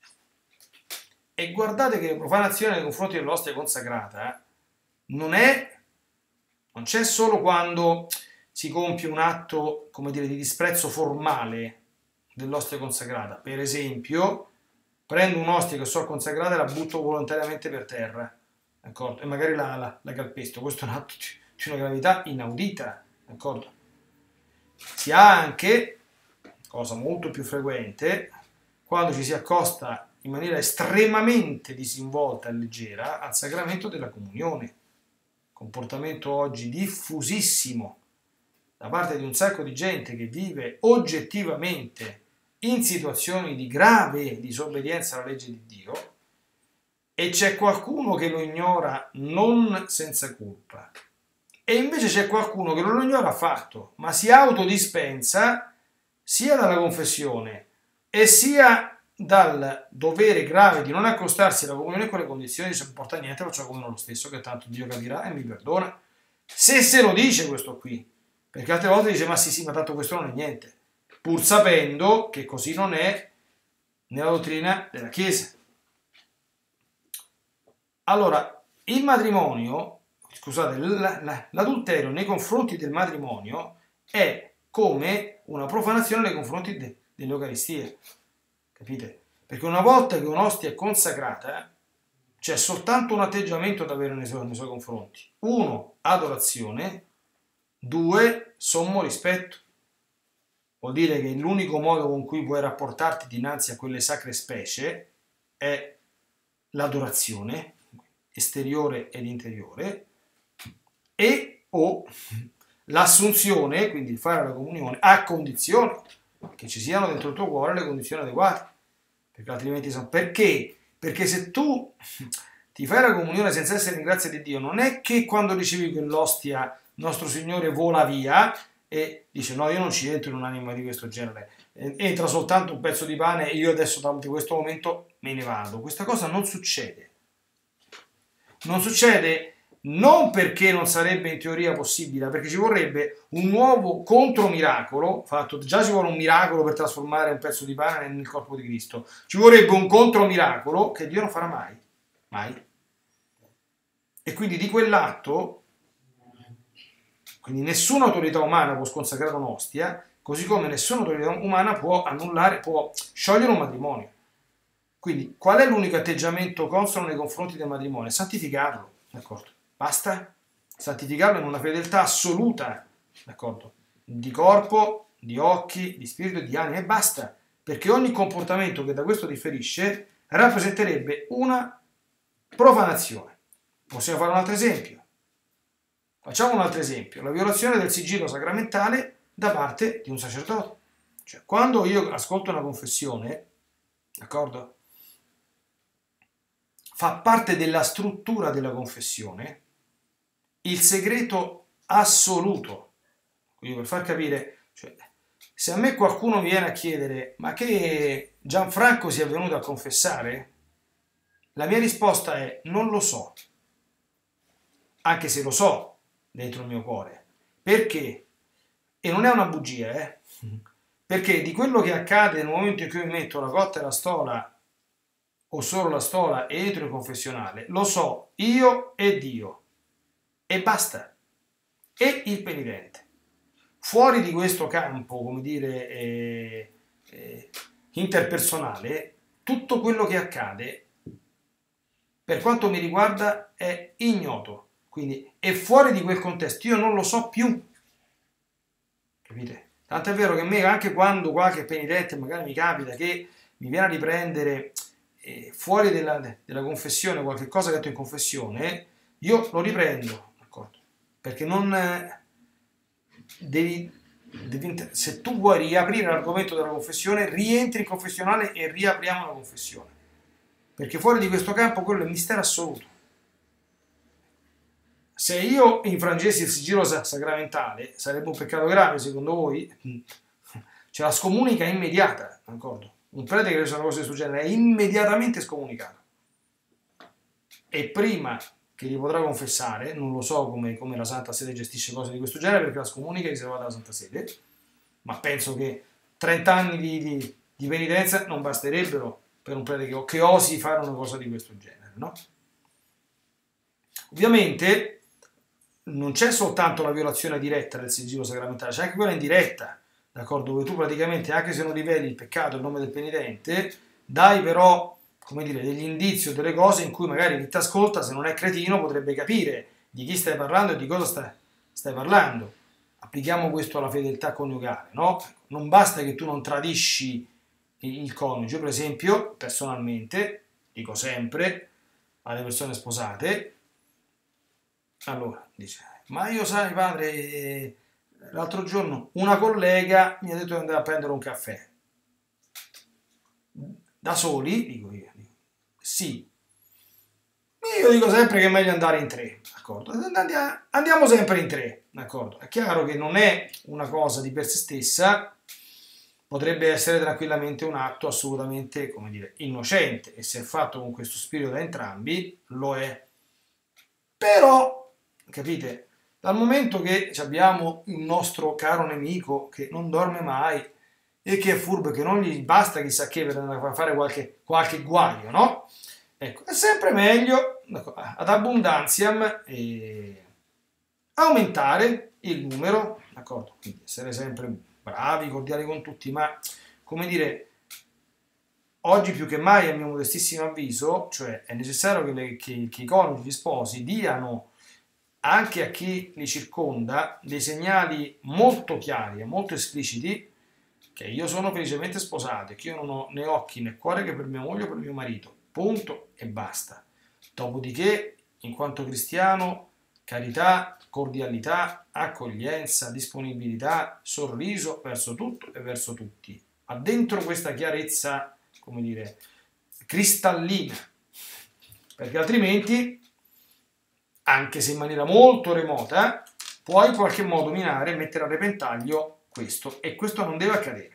E guardate che la profanazione nei confronti dell'ostia consacrata non è, non c'è solo quando si compie un atto, come dire, di disprezzo formale dell'ostia consacrata. Per esempio, prendo un'ostia che so consacrata e la butto volontariamente per terra. d'accordo? E magari la, la, la calpesto. Questo è un atto di una gravità inaudita, d'accordo? Si ha anche, cosa molto più frequente, quando ci si accosta in maniera estremamente disinvolta e leggera al sacramento della comunione, comportamento oggi diffusissimo da parte di un sacco di gente che vive oggettivamente in situazioni di grave disobbedienza alla legge di Dio, e c'è qualcuno che lo ignora non senza colpa, e invece c'è qualcuno che non lo ignora affatto, ma si autodispensa sia dalla confessione e sia dal dovere grave di non accostarsi alla comunione in quelle condizioni. Se non porta niente, faccio la comunione lo stesso, che tanto Dio capirà e mi perdona. Se se lo dice questo qui, perché altre volte dice ma sì sì, ma tanto questo non è niente, pur sapendo che così non è nella dottrina della Chiesa. Allora, il matrimonio, scusate, l'adulterio nei confronti del matrimonio è come una profanazione nei confronti de, dell'Eucaristia, capite? Perché una volta che un'ostia è consacrata, c'è soltanto un atteggiamento da avere nei suoi, nei suoi confronti. Uno, adorazione. Due, sommo rispetto. Vuol dire che l'unico modo con cui puoi rapportarti dinanzi a quelle sacre specie è l'adorazione, esteriore ed interiore, e o l'assunzione, quindi il fare la comunione, a condizione che ci siano dentro il tuo cuore le condizioni adeguate, perché altrimenti sono... Perché? Perché se tu ti fai la comunione senza essere in grazia di Dio, non è che quando ricevi quell'ostia nostro Signore vola via e dice no, io non ci entro in un'anima di questo genere, entra soltanto un pezzo di pane e io adesso da questo momento me ne vado. Questa cosa non succede. Non succede non perché non sarebbe in teoria possibile, perché ci vorrebbe un nuovo contromiracolo fatto. Già ci vuole un miracolo per trasformare un pezzo di pane nel corpo di Cristo, ci vorrebbe un contromiracolo che Dio non farà mai, mai. E quindi di quell'atto, quindi nessuna autorità umana può sconsacrare un'ostia, così come nessuna autorità umana può annullare, può sciogliere un matrimonio. Quindi qual è l'unico atteggiamento consono nei confronti del matrimonio? Santificarlo, d'accordo? Basta santificarlo in una fedeltà assoluta, d'accordo? Di corpo, di occhi, di spirito e di anima, e basta, perché ogni comportamento che da questo differisce rappresenterebbe una profanazione. Possiamo fare un altro esempio. Facciamo un altro esempio, la violazione del sigillo sacramentale da parte di un sacerdote. Cioè, quando io ascolto una confessione, d'accordo? Fa parte della struttura della confessione il segreto assoluto. Quindi per far capire, cioè, se a me qualcuno viene a chiedere ma che Gianfranco sia venuto a confessare, la mia risposta è non lo so, anche se lo so dentro il mio cuore. Perché? E non è una bugia, eh? Perché di quello che accade nel momento in cui mi metto la cotta e la stola, o solo la stola, e entro in confessionale, lo so io e Dio, e basta, e il penitente. Fuori di questo campo, come dire, eh, eh, interpersonale, tutto quello che accade, per quanto mi riguarda, è ignoto, quindi è fuori di quel contesto, io non lo so più, capite? Tanto è vero che a me, anche quando qualche penitente magari mi capita che mi viene a riprendere eh, fuori della, della confessione, qualche cosa che ho detto in confessione, io lo riprendo, d'accordo? Perché non eh, devi, devi, se tu vuoi riaprire l'argomento della confessione, rientri in confessionale e riapriamo la confessione, perché fuori di questo campo quello è il mistero assoluto. Se io infrangessi il sigillo sacramentale, sarebbe un peccato grave secondo voi? C'è la scomunica immediata, d'accordo? Un prete che resa una cosa di questo genere è immediatamente scomunicato. E prima che li potrà confessare, non lo so come, come la Santa Sede gestisce cose di questo genere, perché la scomunica è riservata alla Santa Sede, ma penso che trenta anni di, di, di penitenza non basterebbero per un prete che, che osi fare una cosa di questo genere, no? Ovviamente non c'è soltanto la violazione diretta del sigillo sacramentale, c'è anche quella indiretta, d'accordo? Dove tu praticamente, anche se non riveli il peccato in nome del penitente, dai però come dire, degli indizi o delle cose in cui magari chi ti ascolta, se non è cretino, potrebbe capire di chi stai parlando e di cosa stai, stai parlando. Applichiamo questo alla fedeltà coniugale, no? Non basta che tu non tradisci il coniuge. Io, per esempio, personalmente, dico sempre alle persone sposate, allora, dice, ma io sai padre, eh, l'altro giorno una collega mi ha detto di andare a prendere un caffè. Da soli? Dico io. Dico, sì. Io dico sempre che è meglio andare in tre, d'accordo? Andiamo sempre in tre, d'accordo? È chiaro che non è una cosa di per sé stessa, potrebbe essere tranquillamente un atto assolutamente, come dire, innocente, e se è fatto con questo spirito da entrambi, lo è. Però, capite, dal momento che abbiamo il nostro caro nemico che non dorme mai e che è furbo, che non gli basta chissà che per andare a fare qualche, qualche guaio, no? Ecco, è sempre meglio, ad abbondanziam, eh, aumentare il numero, d'accordo? Quindi essere sempre bravi, cordiali con tutti, ma, come dire, oggi più che mai, a mio modestissimo avviso, cioè è necessario che, le, che, che i coniugi, gli sposi, diano anche a chi li circonda dei segnali molto chiari e molto espliciti che io sono felicemente sposato, che io non ho né occhi né cuore che per mia moglie o per mio marito, punto e basta. Dopodiché, in quanto cristiano, carità, cordialità, accoglienza, disponibilità, sorriso verso tutto e verso tutti. Ma dentro questa chiarezza, come dire, cristallina, perché altrimenti, anche se in maniera molto remota, puoi in qualche modo minare e mettere a repentaglio questo, e questo non deve accadere.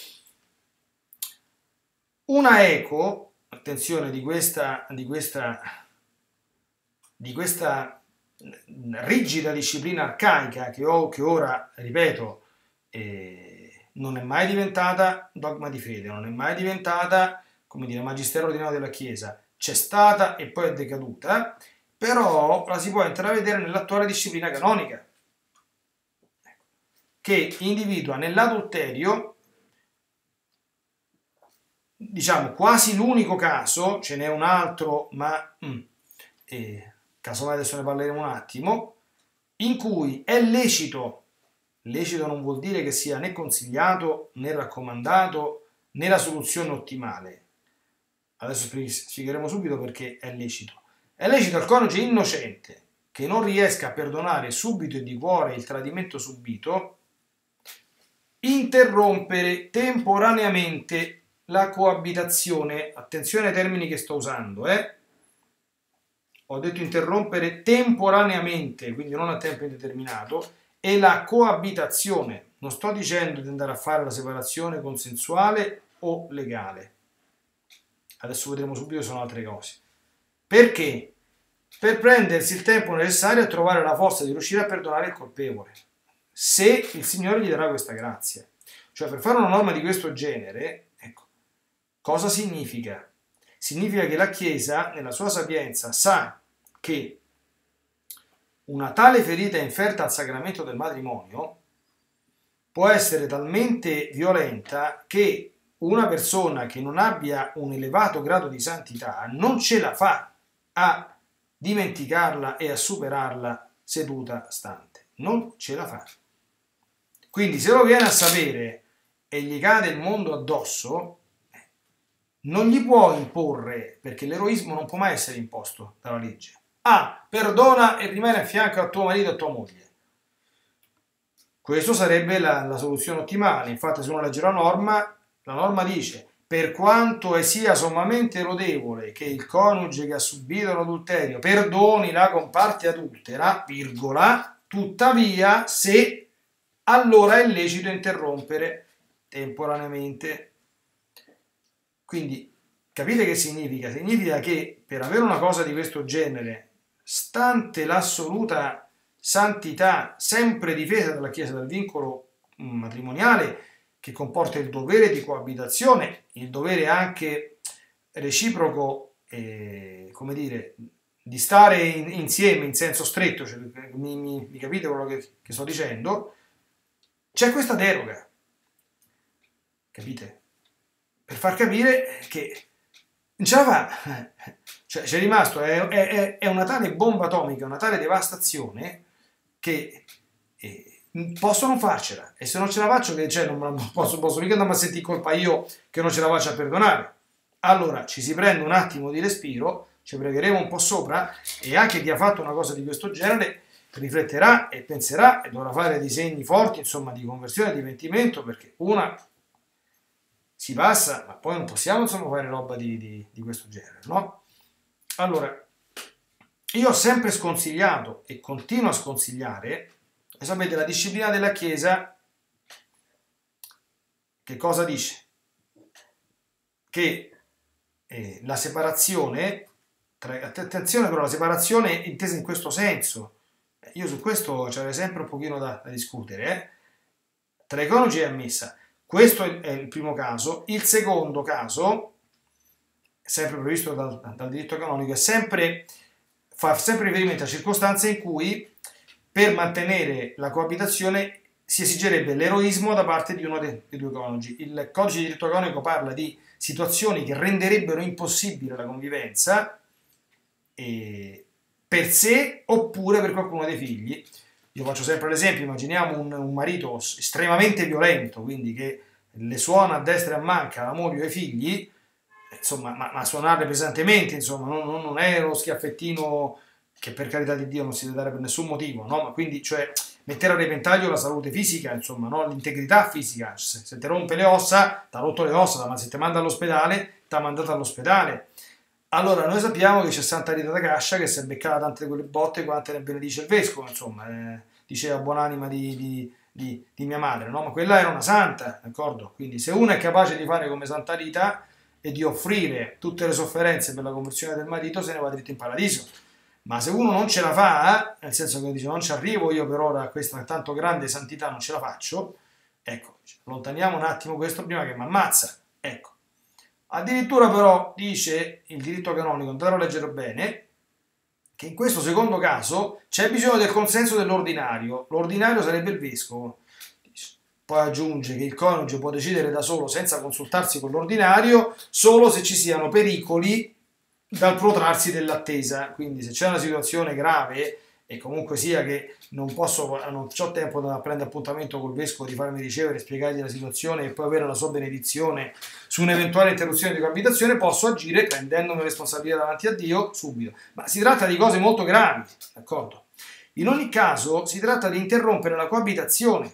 Una eco, attenzione, di questa, di questa, di questa rigida disciplina arcaica che, ho, che ora, ripeto, eh, non è mai diventata dogma di fede, non è mai diventata, come dire, magistero ordinario della Chiesa, c'è stata e poi è decaduta, però la si può intravedere nell'attuale disciplina canonica, che individua nell'adulterio, diciamo, quasi l'unico caso, ce n'è un altro, ma mm, eh, casomai adesso ne parleremo un attimo, in cui è lecito, lecito non vuol dire che sia né consigliato, né raccomandato, né la soluzione ottimale. Adesso spiegheremo subito perché è lecito. È lecito al coniuge innocente che non riesca a perdonare subito e di cuore il tradimento subito, interrompere temporaneamente la coabitazione, attenzione ai termini che sto usando, eh? Ho detto interrompere temporaneamente, quindi non a tempo indeterminato, e la coabitazione. Non sto dicendo di andare a fare la separazione consensuale o legale. Adesso vedremo subito, sono altre cose. Perché? Per prendersi il tempo necessario a trovare la forza di riuscire a perdonare il colpevole, se il Signore gli darà questa grazia. Cioè, per fare una norma di questo genere, ecco, cosa significa? Significa che la Chiesa, nella sua sapienza, sa che una tale ferita inferta al sacramento del matrimonio può essere talmente violenta che una persona che non abbia un elevato grado di santità non ce la fa a dimenticarla e a superarla seduta stante. Non ce la fa. Quindi se lo viene a sapere e gli cade il mondo addosso, non gli può imporre, perché l'eroismo non può mai essere imposto dalla legge. Ah, perdona e rimane a fianco a tuo marito e a tua moglie. Questo sarebbe la, la soluzione ottimale. Infatti, se uno legge la norma, la norma dice: per quanto sia sommamente lodevole che il coniuge che ha subito l'adulterio perdoni la comparte adultera, virgola, tuttavia, se allora è lecito interrompere temporaneamente. Quindi capite che significa? Significa che per avere una cosa di questo genere, stante l'assoluta santità sempre difesa dalla Chiesa dal vincolo matrimoniale, che comporta il dovere di coabitazione, il dovere anche reciproco, eh, come dire, di stare in, insieme in senso stretto, cioè, mi, mi, mi capite quello che, che sto dicendo? C'è questa deroga, capite? Per far capire che non ce la fa, cioè c'è rimasto, è, è, è una tale bomba atomica, una tale devastazione che eh, possono farcela, e se non ce la faccio, che cioè, non posso, posso mica andare a sentire colpa io che non ce la faccio a perdonare. Allora ci si prende un attimo di respiro, ci pregheremo un po' sopra, e anche chi ha fatto una cosa di questo genere rifletterà e penserà e dovrà fare dei segni forti, insomma, di conversione e di pentimento, perché una si passa, ma poi non possiamo, insomma, fare roba di, di, di questo genere, no? Allora, io ho sempre sconsigliato e continuo a sconsigliare, e sapete, la disciplina della Chiesa che cosa dice? Che eh, la separazione, tra, attenzione però, la separazione intesa in questo senso, io su questo c'avrei sempre un pochino da, da discutere, eh? Tra i coniugi è ammessa. Questo è il primo caso. Il secondo caso, sempre previsto dal, dal diritto canonico, è sempre, fa sempre riferimento a circostanze in cui per mantenere la coabitazione si esigerebbe l'eroismo da parte di uno dei, dei due coniugi. Il codice di diritto canonico parla di situazioni che renderebbero impossibile la convivenza e, per sé oppure per qualcuno dei figli. Io faccio sempre l'esempio, immaginiamo un, un marito estremamente violento, quindi che le suona a destra e a manca la moglie e i figli, insomma, ma, ma suonarle pesantemente, insomma, non, non è uno schiaffettino che per carità di Dio non si deve dare per nessun motivo, no? Ma quindi, cioè, mettere a repentaglio la salute fisica, insomma, no? L'integrità fisica, se, se ti rompe le ossa, ti ha rotto le ossa, ma se ti manda all'ospedale, ti ha mandato all'ospedale. Allora, noi sappiamo che c'è Santa Rita da Cascia che si è beccata tante di quelle botte quante ne benedice il vescovo, insomma, eh, diceva buonanima di, di, di, di mia madre, no? Ma quella era una santa, d'accordo? Quindi se uno è capace di fare come Santa Rita e di offrire tutte le sofferenze per la conversione del marito, se ne va dritto in paradiso. Ma se uno non ce la fa, nel senso che dice non ci arrivo io per ora a questa tanto grande santità, non ce la faccio, ecco, allontaniamo un attimo questo prima che mi ammazza, ecco. Addirittura però dice il diritto canonico, andrò a leggere bene, che in questo secondo caso c'è bisogno del consenso dell'ordinario. L'ordinario sarebbe il vescovo. Poi aggiunge che il coniuge può decidere da solo senza consultarsi con l'ordinario solo se ci siano pericoli dal protrarsi dell'attesa. Quindi se c'è una situazione grave e comunque sia che non posso, non ho tempo da prendere appuntamento col vescovo, di farmi ricevere, spiegargli la situazione e poi avere la sua benedizione su un'eventuale interruzione di coabitazione, posso agire prendendomi responsabilità davanti a Dio subito. Ma si tratta di cose molto gravi, d'accordo? In ogni caso si tratta di interrompere la coabitazione,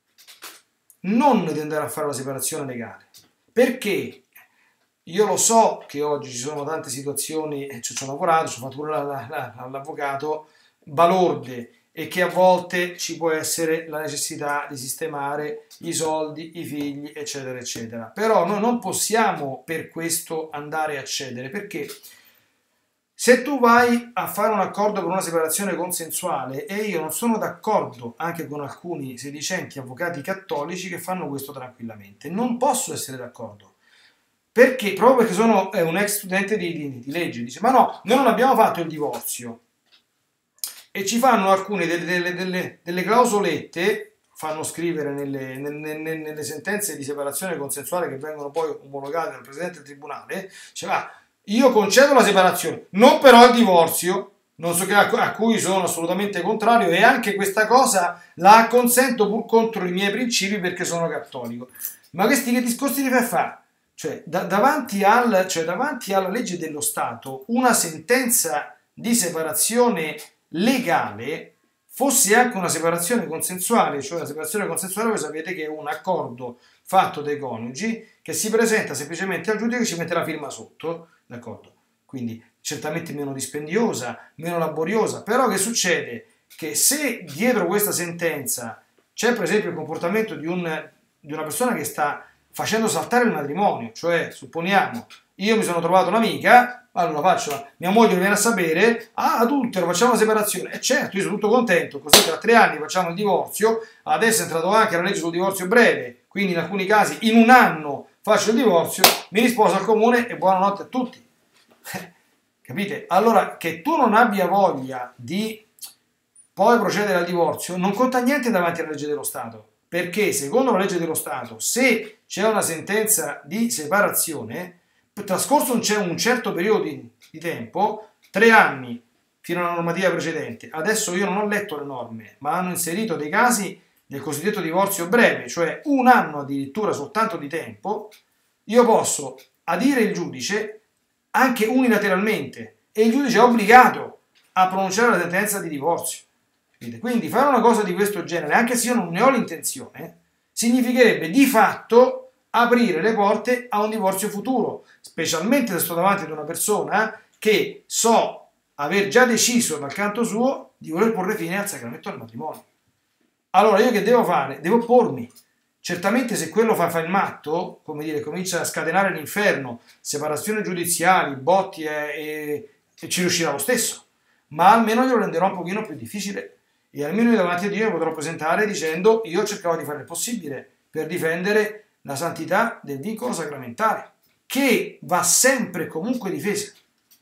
non di andare a fare la separazione legale. Perché? Io lo so che oggi ci sono tante situazioni, e ci ho lavorato, ci ho fatto pure la, la, la, l'avvocato, balorde, e che a volte ci può essere la necessità di sistemare i soldi, i figli, eccetera, eccetera. Però noi non possiamo per questo andare a cedere, perché se tu vai a fare un accordo per una separazione consensuale, e io non sono d'accordo anche con alcuni sedicenti avvocati cattolici che fanno questo tranquillamente, non posso essere d'accordo. Perché? Proprio perché sono eh, un ex studente di, di, di legge, dice ma no, noi non abbiamo fatto il divorzio. E ci fanno alcune delle, delle, delle, delle clausolette, fanno scrivere nelle, nelle, nelle sentenze di separazione consensuale che vengono poi omologate dal Presidente del Tribunale, cioè, ah, io concedo la separazione, non però il divorzio, non so che, a cui sono assolutamente contrario, e anche questa cosa la acconsento pur contro i miei principi perché sono cattolico. Ma questi che discorsi li fai fare? Cioè, da, davanti, al, cioè, davanti alla legge dello Stato, una sentenza di separazione legale fosse anche una separazione consensuale, cioè una separazione consensuale voi sapete che è un accordo fatto dai coniugi che si presenta semplicemente al giudice che ci mette la firma sotto, d'accordo? Quindi certamente meno dispendiosa, meno laboriosa, però che succede? Che se dietro questa sentenza c'è per esempio il comportamento di, un, di una persona che sta facendo saltare il matrimonio, cioè supponiamo io mi sono trovato un'amica, allora faccio, mia moglie viene a sapere, ah, adultero, facciamo la separazione, e eh certo, io sono tutto contento, così tra tre anni facciamo il divorzio, adesso è entrato anche la legge sul divorzio breve, quindi in alcuni casi in un anno faccio il divorzio, mi risposo al comune e buonanotte a tutti. Capite? Allora, che tu non abbia voglia di poi procedere al divorzio non conta niente davanti alla legge dello Stato, perché secondo la legge dello Stato, se c'è una sentenza di separazione, trascorso un, un certo periodo di, di tempo, tre anni fino alla normativa precedente, adesso io non ho letto le norme, ma hanno inserito dei casi del cosiddetto divorzio breve, cioè un anno addirittura soltanto di tempo, io posso adire il giudice anche unilateralmente e il giudice è obbligato a pronunciare la sentenza di divorzio. Quindi fare una cosa di questo genere, anche se io non ne ho l'intenzione, significherebbe di fatto aprire le porte a un divorzio futuro, specialmente se sto davanti ad una persona che so aver già deciso dal canto suo di voler porre fine al sacramento del matrimonio. Allora io che devo fare? Devo oppormi. Certamente se quello fa, fa il matto, come dire, comincia a scatenare l'inferno, separazioni giudiziali, botti e, e, e ci riuscirà lo stesso, ma almeno glielo renderò un pochino più difficile e almeno io davanti a Dio mi potrò presentare dicendo io cercavo di fare il possibile per difendere la santità del vincolo sacramentale, che va sempre e comunque difesa.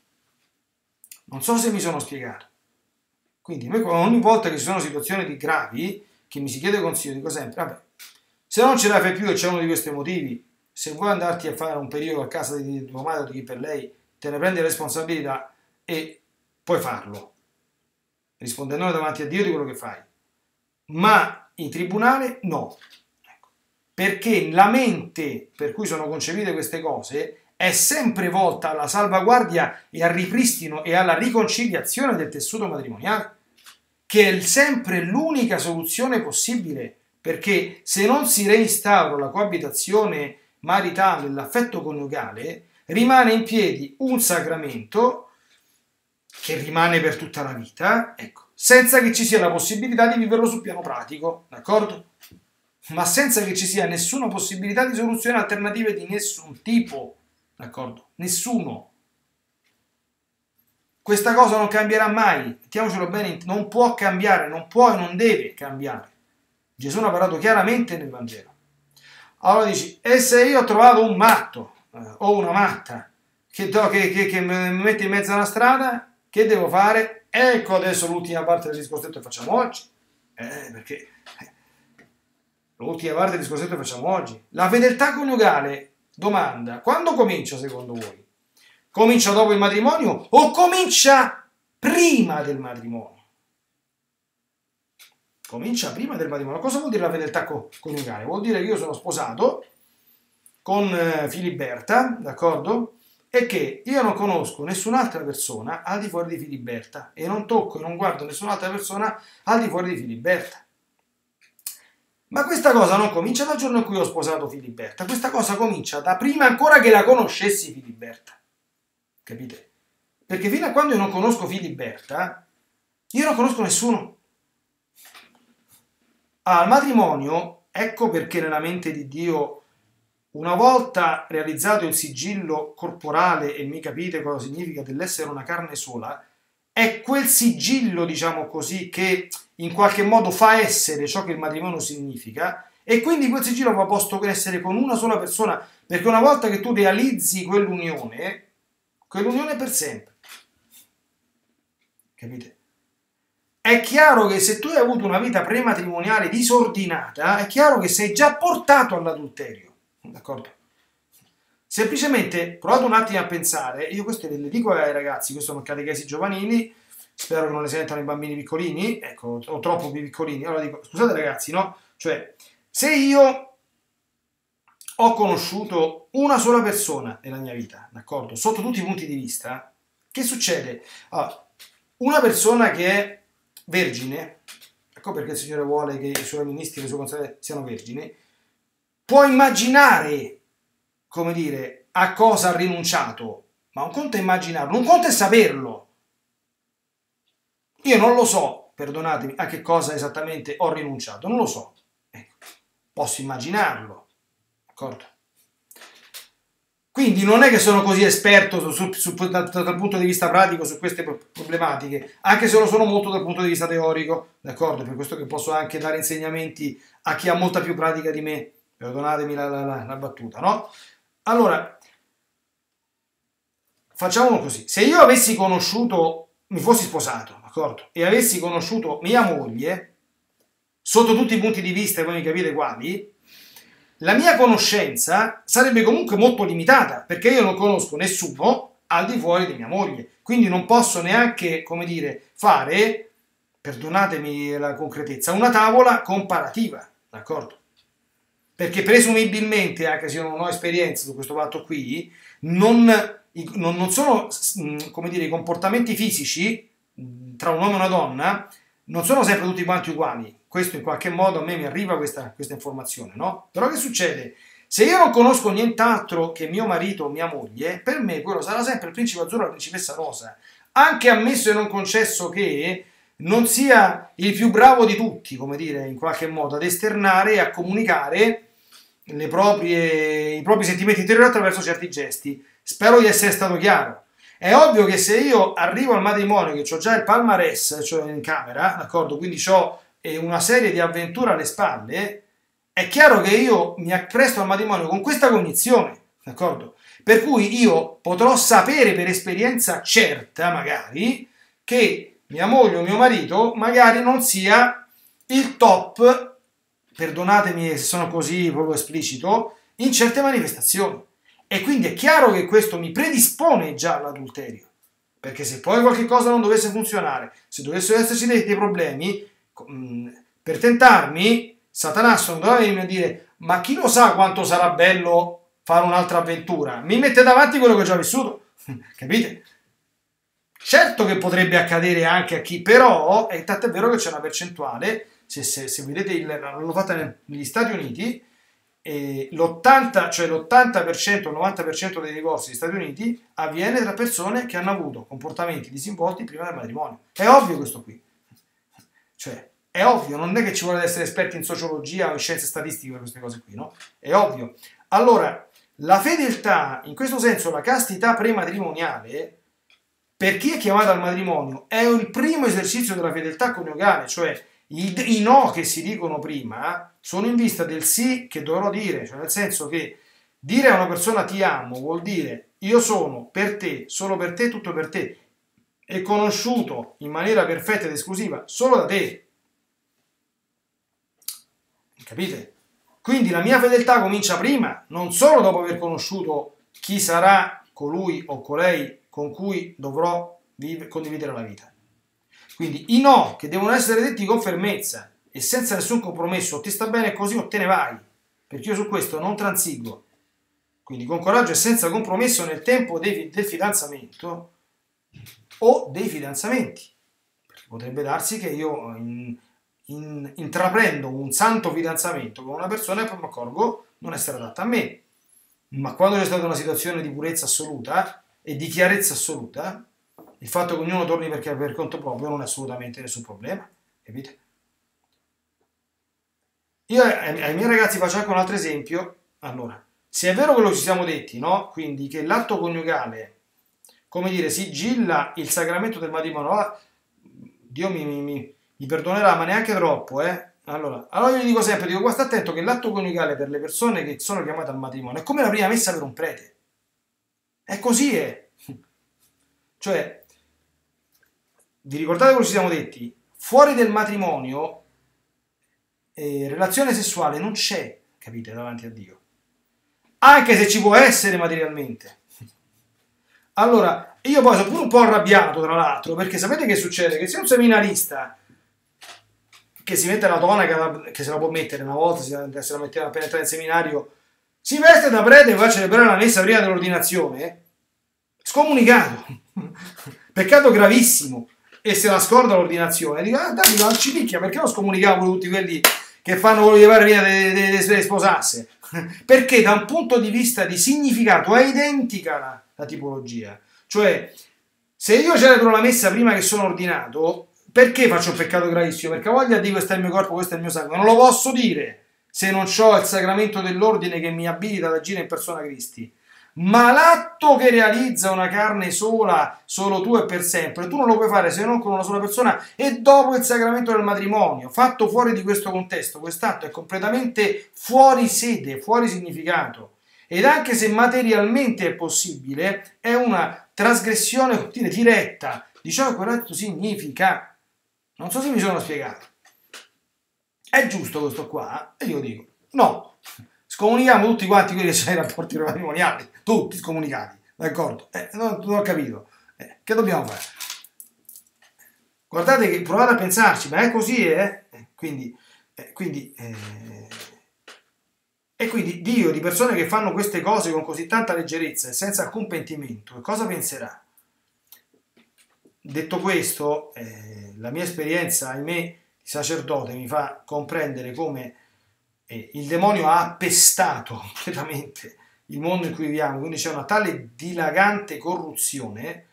Non so se mi sono spiegato. Quindi ogni volta che ci sono situazioni di gravi, che mi si chiede consiglio, dico sempre, vabbè, se non ce la fai più e c'è uno di questi motivi, se vuoi andarti a fare un periodo a casa di tua madre o di chi per lei, te ne prendi responsabilità e puoi farlo, rispondendo davanti a Dio di quello che fai. Ma in tribunale no. Ecco. Perché la mente per cui sono concepite queste cose è sempre volta alla salvaguardia e al ripristino e alla riconciliazione del tessuto matrimoniale, che è sempre l'unica soluzione possibile, perché se non si reinstaura la coabitazione maritale, l'affetto coniugale, rimane in piedi un sacramento che rimane per tutta la vita, ecco, senza che ci sia la possibilità di viverlo sul piano pratico, d'accordo? Ma senza che ci sia nessuna possibilità di soluzione alternative di nessun tipo, d'accordo? Nessuno. Questa cosa non cambierà mai, mettiamocelo bene, non può cambiare, non può e non deve cambiare. Gesù ne ha parlato chiaramente nel Vangelo. Allora dici, e se io ho trovato un matto eh, o una matta che, che, che, che mi mette in mezzo alla strada, che devo fare? Ecco adesso l'ultima parte del discorsetto che facciamo oggi. Eh, perché eh, l'ultima parte del discorsetto che facciamo oggi. La fedeltà coniugale, domanda, quando comincia secondo voi? Comincia dopo il matrimonio o comincia prima del matrimonio? Comincia prima del matrimonio. Cosa vuol dire la fedeltà coniugale? Vuol dire che io sono sposato con eh, Filiberta, d'accordo? E che io non conosco nessun'altra persona al di fuori di Filiberta e non tocco e non guardo nessun'altra persona al di fuori di Filiberta. Ma questa cosa non comincia dal giorno in cui ho sposato Filiberta, questa cosa comincia da prima ancora che la conoscessi Filiberta. Capite? Perché fino a quando io non conosco Filiberta, io non conosco nessuno. Al matrimonio, ecco perché nella mente di Dio, una volta realizzato il sigillo corporale, e mi capite cosa significa dell'essere una carne sola, è quel sigillo, diciamo così, che in qualche modo fa essere ciò che il matrimonio significa, e quindi quel sigillo va posto per essere con una sola persona, perché una volta che tu realizzi quell'unione, quell'unione è per sempre. Capite? È chiaro che se tu hai avuto una vita prematrimoniale disordinata, è chiaro che sei già portato all'adulterio, d'accordo? Semplicemente provate un attimo a pensare, io questo le dico ai ragazzi, queste sono catechesi giovanili, spero che non le sentano i bambini piccolini, ecco, o troppo piccolini, allora dico, scusate ragazzi, no? Cioè, se io ho conosciuto una sola persona nella mia vita, d'accordo? Sotto tutti i punti di vista, che succede? Allora, una persona che è vergine, ecco perché il Signore vuole che i suoi ministri e le sue consorelle siano vergini, può immaginare, come dire, a cosa ha rinunciato, ma un conto è immaginarlo, un conto è saperlo. Io non lo so, perdonatemi, a che cosa esattamente ho rinunciato, non lo so. Ecco, posso immaginarlo, d'accordo? Quindi non è che sono così esperto su, su, su, dal, dal punto di vista pratico su queste problematiche, anche se lo sono molto dal punto di vista teorico, d'accordo? Per questo che posso anche dare insegnamenti a chi ha molta più pratica di me, perdonatemi la, la, la, la battuta, no? Allora, facciamolo così, se io avessi conosciuto, mi fossi sposato, d'accordo? E avessi conosciuto mia moglie, sotto tutti i punti di vista, voi mi capite quali, la mia conoscenza sarebbe comunque molto limitata, perché io non conosco nessuno al di fuori di mia moglie, quindi non posso neanche, come dire, fare, perdonatemi la concretezza, una tavola comparativa, d'accordo? Perché presumibilmente, anche se io non ho esperienza su questo fatto qui, non, non, non sono, come dire, i comportamenti fisici tra un uomo e una donna non sono sempre tutti quanti uguali. Questo in qualche modo a me mi arriva questa, questa informazione, no? Però che succede? Se io non conosco nient'altro che mio marito o mia moglie, per me quello sarà sempre il principe azzurro o la principessa rosa, anche ammesso e non concesso che non sia il più bravo di tutti, come dire, in qualche modo, ad esternare e a comunicare le proprie, i propri sentimenti interiori attraverso certi gesti. Spero di essere stato chiaro. È ovvio che se io arrivo al matrimonio, che ho già il palmarès, cioè in camera, d'accordo, quindi ho una serie di avventure alle spalle, è chiaro che io mi appresto al matrimonio con questa cognizione, d'accordo? Per cui io potrò sapere per esperienza certa, magari, che mia moglie o mio marito magari non sia il top, perdonatemi se sono così proprio esplicito, in certe manifestazioni. E quindi è chiaro che questo mi predispone già all'adulterio, perché se poi qualche cosa non dovesse funzionare, se dovessero esserci dei, dei problemi, mh, per tentarmi, Satanasso non doveva venirmi a dire ma chi lo sa quanto sarà bello fare un'altra avventura, mi mette davanti quello che ho già vissuto, capite? Certo che potrebbe accadere anche a chi, però è tanto è vero che c'è una percentuale, se, se, se vedete, il, l'hanno fatta negli Stati Uniti, e l'ottanta, cioè l'ottanta per cento, il novanta per cento dei divorzi negli Stati Uniti avviene tra persone che hanno avuto comportamenti disinvolti prima del matrimonio. È ovvio questo qui, cioè è ovvio, non è che ci vuole essere esperti in sociologia o in scienze statistiche per queste cose qui, no? È ovvio. Allora, la fedeltà, in questo senso la castità prematrimoniale, per chi è chiamato al matrimonio, è il primo esercizio della fedeltà coniugale, cioè i, i no che si dicono prima sono in vista del sì che dovrò dire, cioè nel senso che dire a una persona ti amo vuol dire io sono per te, solo per te, tutto per te, e conosciuto in maniera perfetta ed esclusiva solo da te. Capite? Quindi la mia fedeltà comincia prima, non solo dopo aver conosciuto chi sarà colui o colei con cui dovrò vive, condividere la vita. Quindi i no che devono essere detti con fermezza e senza nessun compromesso, ti sta bene così o te ne vai, perché io su questo non transigo. Quindi con coraggio e senza compromesso nel tempo dei, del fidanzamento o dei fidanzamenti, perché potrebbe darsi che io in, in, intraprendo un santo fidanzamento con una persona e poi mi accorgo non essere adatta a me, ma quando c'è stata una situazione di purezza assoluta e di chiarezza assoluta, il fatto che ognuno torni perché per conto proprio non è assolutamente nessun problema, capite? Io ai, ai miei ragazzi faccio anche un altro esempio. Allora, se è vero quello che ci siamo detti, no? Quindi che l'atto coniugale, come dire, sigilla il sacramento del matrimonio, allora, Dio mi, mi, mi perdonerà, ma neanche troppo, eh? Allora, allora io gli dico sempre, dico, guarda attento che l'atto coniugale per le persone che sono chiamate al matrimonio è come la prima messa per un prete. È così, è. Cioè, vi ricordate quello che ci siamo detti? Fuori del matrimonio, eh, relazione sessuale non c'è, capite, davanti a Dio. Anche se ci può essere materialmente. Allora, io poi sono pure un po' arrabbiato, tra l'altro, perché sapete che succede? Che se un seminarista che si mette la tonaca, che se la può mettere una volta, se la metteva appena entrare in seminario, si veste da prete e va a celebrare la messa prima dell'ordinazione, scomunicato, peccato gravissimo, e se la scorda l'ordinazione, dico, ah dai, non ci picchia, perché non scomunicavo tutti quelli che fanno quello di fare prima di sposarsi? Perché da un punto di vista di significato è identica la, la tipologia, cioè se io celebro la messa prima che sono ordinato, perché faccio un peccato gravissimo? Perché voglia di questo è il mio corpo, questo è il mio sangue, non lo posso dire se non ho il sacramento dell'ordine che mi abilita ad agire in persona Cristi. Ma l'atto che realizza una carne sola, solo tu e per sempre, tu non lo puoi fare se non con una sola persona e dopo il sacramento del matrimonio. Fatto fuori di questo contesto, quest'atto è completamente fuori sede, fuori significato. Ed anche se materialmente è possibile, è una trasgressione diretta di ciò che quell'atto significa. Non so se mi sono spiegato. È giusto questo qua? E io dico, no. scomunichiamo tutti quanti quelli che sono i rapporti matrimoniali, tutti scomunicati, d'accordo? Eh, non, non ho capito. Eh, che dobbiamo fare? Guardate che provate a pensarci, ma è così, eh? eh quindi, eh, quindi, eh, e quindi Dio di persone che fanno queste cose con così tanta leggerezza e senza alcun pentimento, cosa penserà? Detto questo, eh, la mia esperienza, ahimè, di sacerdote mi fa comprendere come eh, il demonio ha appestato completamente il mondo in cui viviamo, quindi c'è una tale dilagante corruzione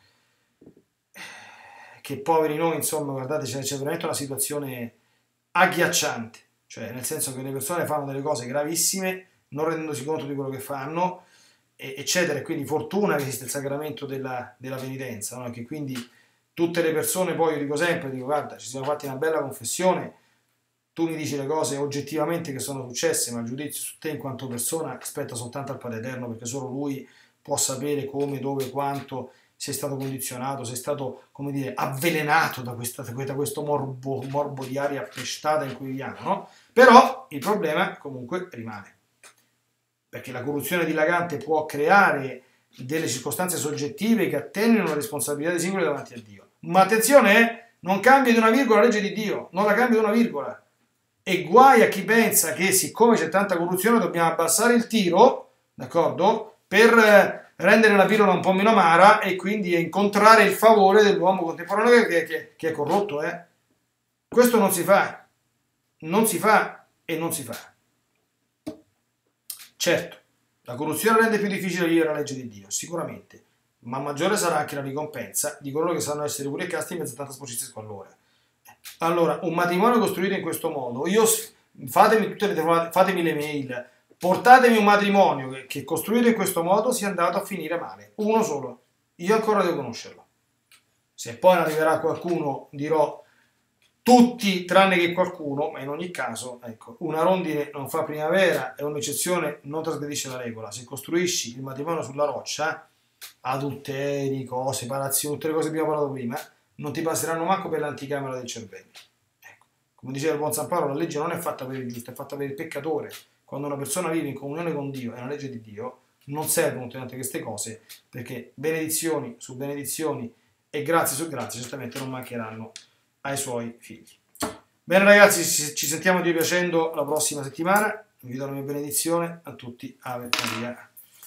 che poveri noi, insomma, guardate, c'è, c'è veramente una situazione agghiacciante, cioè nel senso che le persone fanno delle cose gravissime non rendendosi conto di quello che fanno, e, eccetera, e quindi fortuna che esiste il sacramento della, della penitenza, no? Che quindi tutte le persone, poi io dico sempre, dico guarda, ci siamo fatti una bella confessione, tu mi dici le cose oggettivamente che sono successe, ma il giudizio su te in quanto persona spetta soltanto al Padre Eterno, perché solo Lui può sapere come, dove, quanto sei stato condizionato, sei stato, come dire, avvelenato da, questa, da questo morbo, morbo di aria appestata in cui viviamo, no? Però il problema comunque rimane, perché la corruzione dilagante può creare delle circostanze soggettive che attenuano la responsabilità dei singoli davanti a Dio. Ma attenzione, eh, non cambia di una virgola la legge di Dio, non la cambia di una virgola. E guai a chi pensa che siccome c'è tanta corruzione dobbiamo abbassare il tiro, d'accordo? Per eh, rendere la pillola un po' meno amara e quindi incontrare il favore dell'uomo contemporaneo che, che, che è corrotto, eh? Questo non si fa, non si fa e non si fa. Certo, la corruzione rende più difficile vivere la legge di Dio, sicuramente, ma maggiore sarà anche la ricompensa di coloro che sanno essere puri e casti in mezzo a tanta sporcizia e squallore. Allora, un matrimonio costruito in questo modo, io fatemi, tutte le, fatemi le mail, portatemi un matrimonio che, che costruito in questo modo sia andato a finire male, uno solo, io ancora devo conoscerlo. Se poi arriverà qualcuno dirò tutti tranne che qualcuno, ma in ogni caso, ecco, una rondine non fa primavera e un'eccezione non trasgredisce la regola. Se costruisci il matrimonio sulla roccia, adulteri, cose, separazioni, tutte le cose che abbiamo parlato prima, non ti passeranno manco per l'anticamera del cervello. Ecco. Come diceva il buon San Paolo, la legge non è fatta per il giusto, è fatta per il peccatore. Quando una persona vive in comunione con Dio, è una legge di Dio, non servono tutte queste cose, perché benedizioni su benedizioni e grazie su grazie certamente non mancheranno ai suoi figli. Bene ragazzi, ci sentiamo Dio piacendo la prossima settimana. Vi do la mia benedizione a tutti. Ave Maria.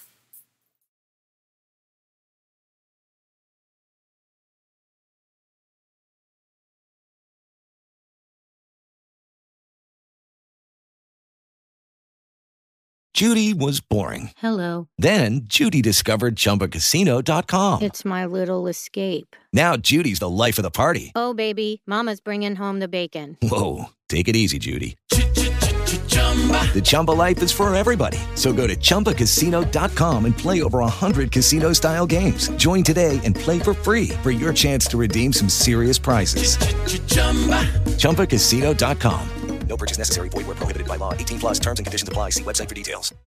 Judy was boring. Hello. Then Judy discovered Chumba Casino dot com. It's my little escape. Now Judy's the life of the party. Oh, baby, mama's bringing home the bacon. Whoa, take it easy, Judy. The Chumba life is for everybody. So go to Chumba Casino dot com and play over one hundred casino-style games. Join today and play for free for your chance to redeem some serious prizes. Chumba Casino dot com. No purchase necessary. Void where prohibited by law. eighteen plus terms and conditions apply. See website for details.